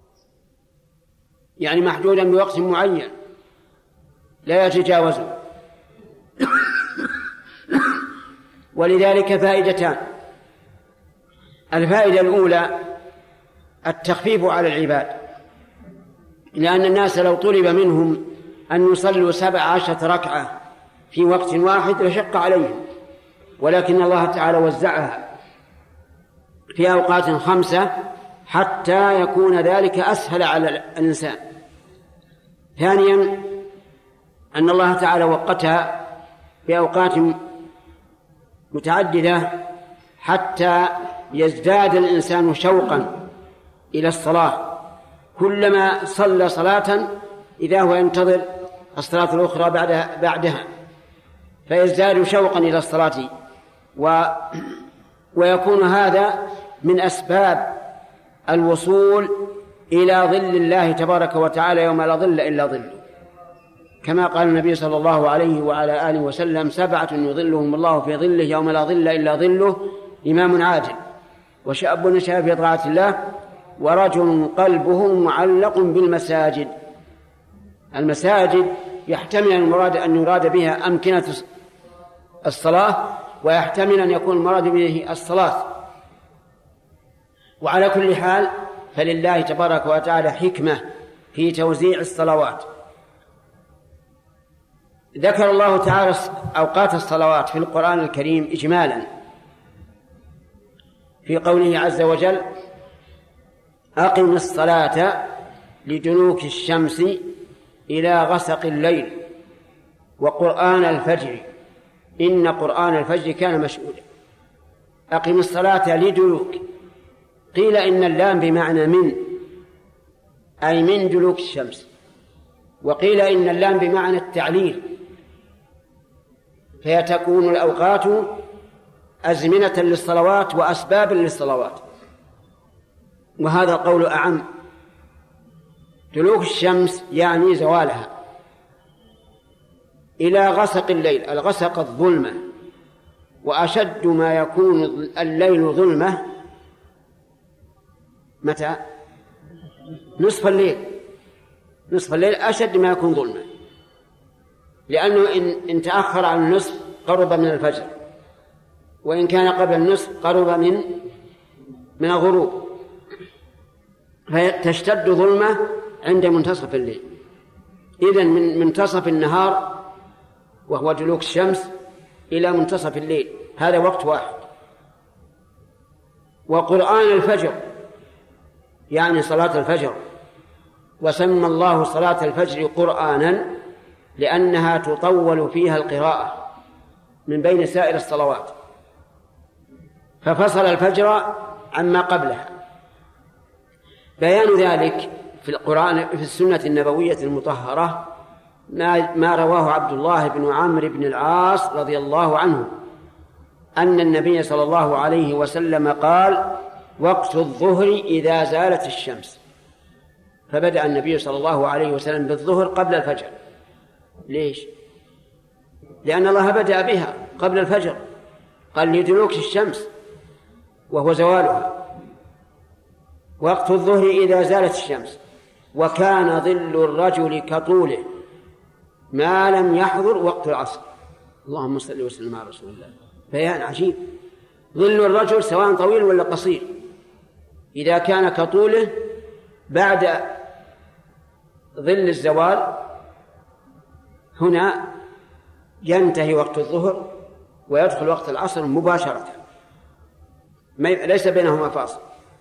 يعني محدودا بوقت معين لا يتجاوزه. ولذلك فائدتان: الفائدة الأولى التخفيف على العباد، لأن الناس لو طلب منهم أن يصلوا 17 ركعة في وقت واحد لشق عليهم، ولكن الله تعالى وزعها في أوقات 5 حتى يكون ذلك أسهل على الإنسان. ثانيا أن الله تعالى وقتها بأوقات متعددة حتى يزداد الإنسان شوقا إلى الصلاة، كلما صلى صلاة إذا هو ينتظر الصلاة الأخرى بعدها فيزداد شوقا إلى الصلاة، ويكون هذا من أسباب الوصول إلى ظل الله تبارك وتعالى يوم لا ظل إلا ظله، كما قال النبي صلى الله عليه وعلى آله وسلم: 7 يظلهم الله في ظله يوم لا ظل إلا ظله: إمام عادل، وشاب نشأ في طاعة الله، ورجل قلبه معلق بالمساجد. المساجد يحتمل المراد أن يراد بها أمكنة الصلاة، ويحتمل أن يكون المراد به الصلاة. وعلى كل حال فلله تبارك وتعالى حكمة في توزيع الصلوات. ذكر الله تعالى أوقات الصلوات في القرآن الكريم إجمالا في قوله عز وجل: أقم الصلاة لدلوك الشمس إلى غسق الليل وقرآن الفجر إن قرآن الفجر كان مشهودا. أقم الصلاة لدلوك، قيل إن اللام بمعنى من، أي من دلوك الشمس، وقيل إن اللام بمعنى التعليل، فيتكون الأوقات أزمنة للصلوات وأسباب للصلوات، وهذا القول أعم. دلوك الشمس يعني زوالها إلى غسق الليل. الغسق الظلمة، وأشد ما يكون الليل ظلمة متى؟ نصف الليل. نصف الليل أشد ما يكون ظلمة، لأنه إن تأخر عن النصف قرب من الفجر، وإن كان قبل النصف قرب من الغروب، فتشتد ظلمة عند منتصف الليل. إذن من منتصف النهار وهو دلوك الشمس إلى منتصف الليل، هذا وقت واحد. وقرآن الفجر يعني صلاة الفجر، وسمى الله صلاة الفجر قرآنا لأنها تطول فيها القراءة من بين سائر الصلوات، ففصل الفجر عما قبلها. بيان ذلك في القرآن في السنة النبوية المطهرة ما رواه عبد الله بن عمرو بن العاص رضي الله عنه أن النبي صلى الله عليه وسلم قال: وقت الظهر إذا زالت الشمس. فبدأ النبي صلى الله عليه وسلم بالظهر قبل الفجر. ليش؟ لأن الله بدأ بها قبل الفجر، قال: لدلوك الشمس وهو زوالها. وقت الظهر إذا زالت الشمس وكان ظل الرجل كطوله ما لم يحضر وقت العصر. اللهم صل وسلم على رسول الله. بيان عجيب. ظل الرجل سواء طويل ولا قصير إذا كان كطوله بعد ظل الزوال هنا ينتهي وقت الظهر ويدخل وقت العصر مباشرة، ليس بينهما فاصل.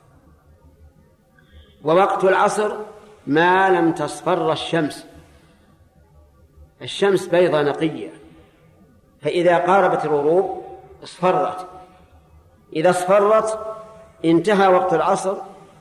ووقت العصر ما لم تصفر الشمس، الشمس بيضة نقية، فإذا قاربت الغروب اصفرت، إذا اصفرت انتهى وقت العصر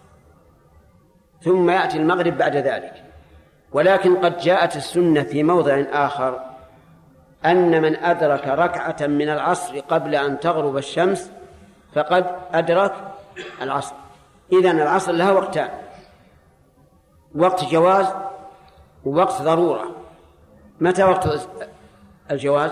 ثم يأتي المغرب بعد ذلك. ولكن قد جاءت السنة في موضع آخر أن من أدرك ركعة من العصر قبل أن تغرب الشمس فقد أدرك العصر. إذن العصر لها وقتان، وقت جواز ووقت ضرورة. متى وقت الجواز؟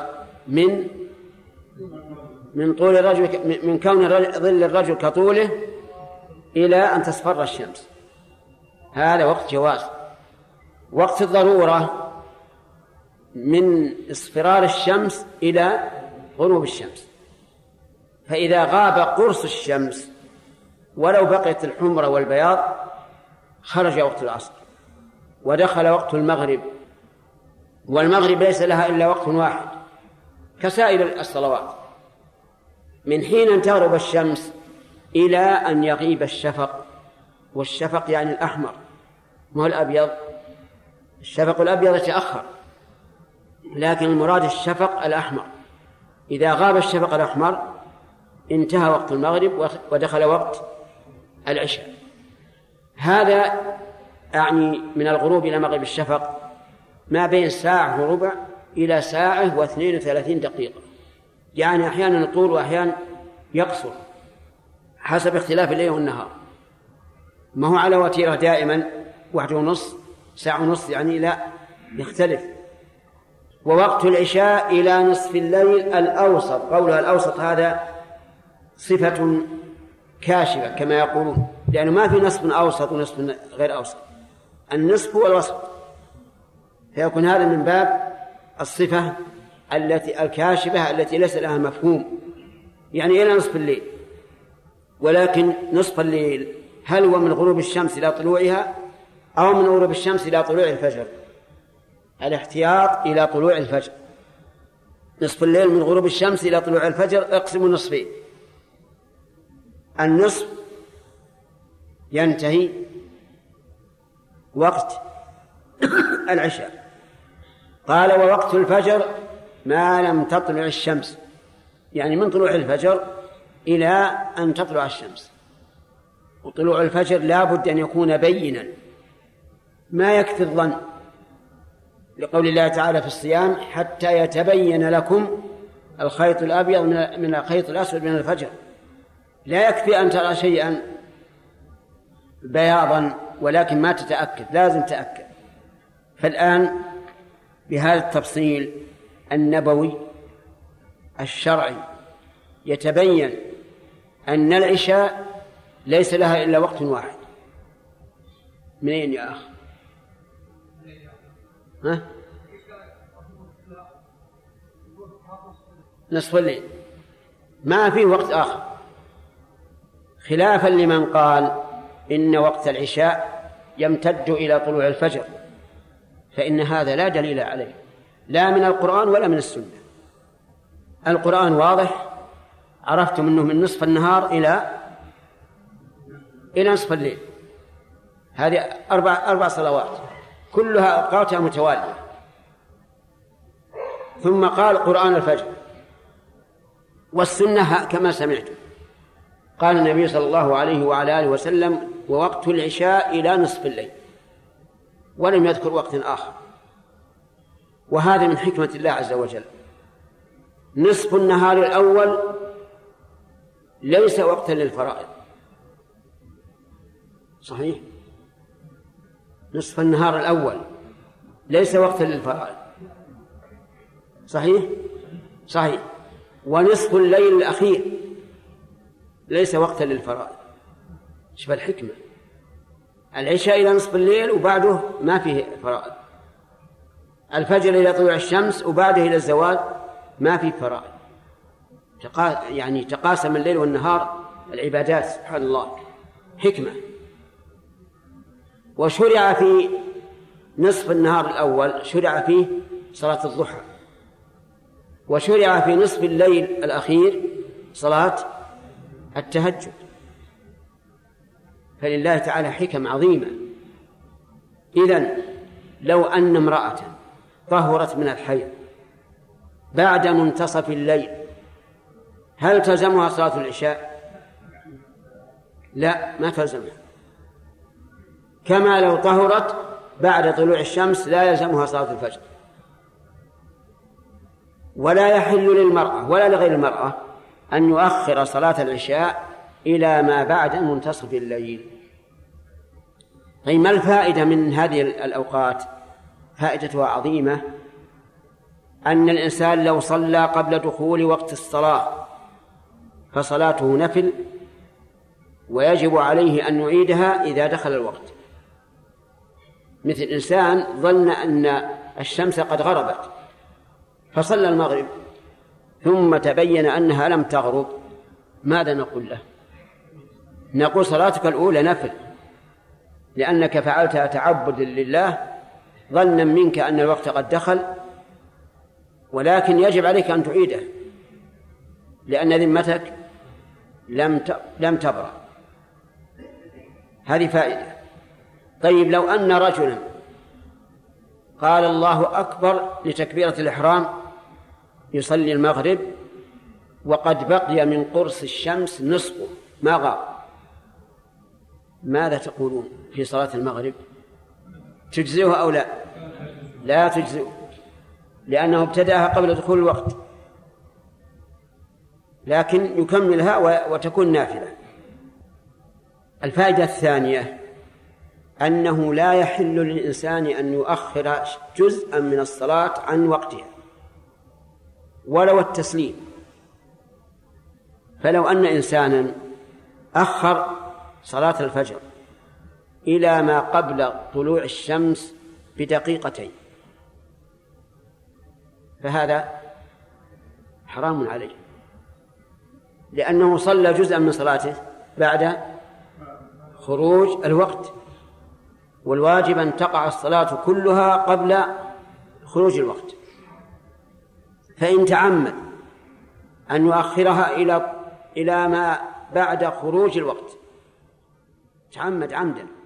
من طول الرجل، من كون ظل الرجل كطوله إلى أن تصفر الشمس، هذا وقت جواز. وقت الضرورة من اصفرار الشمس إلى غروب الشمس، فإذا غاب قرص الشمس ولو بقيت الحمرة والبياض خرج وقت العصر ودخل وقت المغرب. والمغرب ليس لها إلا وقت واحد كسائر الصلوات، من حين أن تغرب الشمس إلى أن يغيب الشفق، والشفق يعني الأحمر ما هو الأبيض، الشفق الأبيض يتأخر، لكن المراد الشفق الأحمر. إذا غاب الشفق الأحمر انتهى وقت المغرب ودخل وقت العشاء. هذا يعني من الغروب إلى مغرب الشفق ما بين ساعة وربع إلى ساعة 32 دقيقة، يعني أحيانا يطول وأحيانا يقصر حسب اختلاف الليل والنهار، ما هو على وتيرة دائما 1.5 ساعة ونص، يعني لا يختلف. ووقت العشاء إلى نصف الليل الأوسط، قولها الأوسط هذا صفة كاشفة كما يقولون، لأنه ما في نصف أوسط ونصف غير أوسط، النصف هو الوسط، فيكون هذا من باب الصفة التي الكاشفة التي ليس لها مفهوم، يعني إلى نصف الليل. ولكن نصف الليل هل هو من غروب الشمس إلى طلوعها أو من غروب الشمس إلى طلوع الفجر؟ الاحتياط إلى طلوع الفجر. نصف الليل من غروب الشمس إلى طلوع الفجر اقسموا نصفين، النصف ينتهي وقت العشاء. قال ووقت الفجر ما لم تطلع الشمس، يعني من طلوع الفجر إلى أن تطلع الشمس. وطلوع الفجر لا بد أن يكون بينا، ما يكفي الظن، لقول الله تعالى في الصيام حتى يتبين لكم الخيط الأبيض من الخيط الأسود من الفجر. لا يكفي أن ترى شيئا بياضا ولكن ما تتأكد، لازم تتأكد. فالآن بهذا التفصيل النبوي الشرعي يتبين أن العشاء ليس لها إلا وقت واحد. منين يا أخ؟ ها؟ نصف الليل، ما في وقت آخر، خلافا لمن قال إن وقت العشاء يمتد إلى طلوع الفجر، فإن هذا لا دليل عليه لا من القرآن ولا من السنة. القرآن واضح، عرفتم أنه من نصف النهار إلى نصف الليل، هذه أربع صلوات كلها أوقاتها متوالية. ثم قال قرآن الفجر، والسنة كما سمعتم قال النبي صلى الله عليه وعلى آله وسلم ووقت العشاء إلى نصف الليل، ولم يذكر وقت آخر. وهذا من حكمة الله عز وجل. نصف النهار الأول ليس وقتا للفرائض، صحيح؟ نصف النهار الأول ليس وقتا للفرائض، صحيح؟ صحيح. ونصف الليل الأخير ليس وقتا للفرائض. شوف الحكمة، العشاء إلى نصف الليل وبعده ما فيه فرائض، الفجر إلى طلوع الشمس وبعده إلى الزوال ما فيه فرائض. يعني تقاسم الليل والنهار العبادات، سبحان الله، حكمة. وشرع في نصف النهار الأول شرع فيه صلاة الضحى، وشرع في نصف الليل الأخير صلاة التهجد. فلله تعالى حكم عظيمة. إذن لو أن امرأة طهرت من الحيض بعد منتصف الليل هل تلزمها صلاة العشاء؟ لا، ما تلزمها. كما لو طهرت بعد طلوع الشمس لا يلزمها صلاة الفجر. ولا يحل للمرأة ولا لغير المرأة أن يؤخر صلاة العشاء إلى ما بعد منتصف الليل. طيب ما الفائدة من هذه الأوقات؟ فائدتها عظيمة، أن الإنسان لو صلى قبل دخول وقت الصلاة فصلاته نفل، ويجب عليه أن يعيدها إذا دخل الوقت. مثل إنسان ظن أن الشمس قد غربت فصلى المغرب ثم تبين أنها لم تغرب، ماذا نقول له؟ نقول صلاتك الأولى نفل، لأنك فعلتها تعبد لله ظنا منك أن الوقت قد دخل، ولكن يجب عليك أن تعيده لأن ذمتك لم تبرأ. هذه فائدة. طيب لو أن رجلا قال الله أكبر لتكبيرة الإحرام يصلي المغرب وقد بقي من قرص الشمس نصفه ما غاب، ماذا تقولون في صلاة المغرب؟ تجزئه أو لا؟ لا تجزئه، لأنه ابتدأها قبل دخول الوقت، لكن يكملها وتكون نافلة. الفائدة الثانية أنه لا يحل للإنسان أن يؤخر جزءا من الصلاة عن وقتها ولو التسليم. فلو أن إنسانا أخر صلاة الفجر إلى ما قبل طلوع الشمس بدقيقتين فهذا حرام عليه، لأنه صلى جزءا من صلاته بعد خروج الوقت، والواجب أن تقع الصلاة كلها قبل خروج الوقت. فإن تعمد أن يؤخرها إلى ما بعد خروج الوقت، تعمد عمدا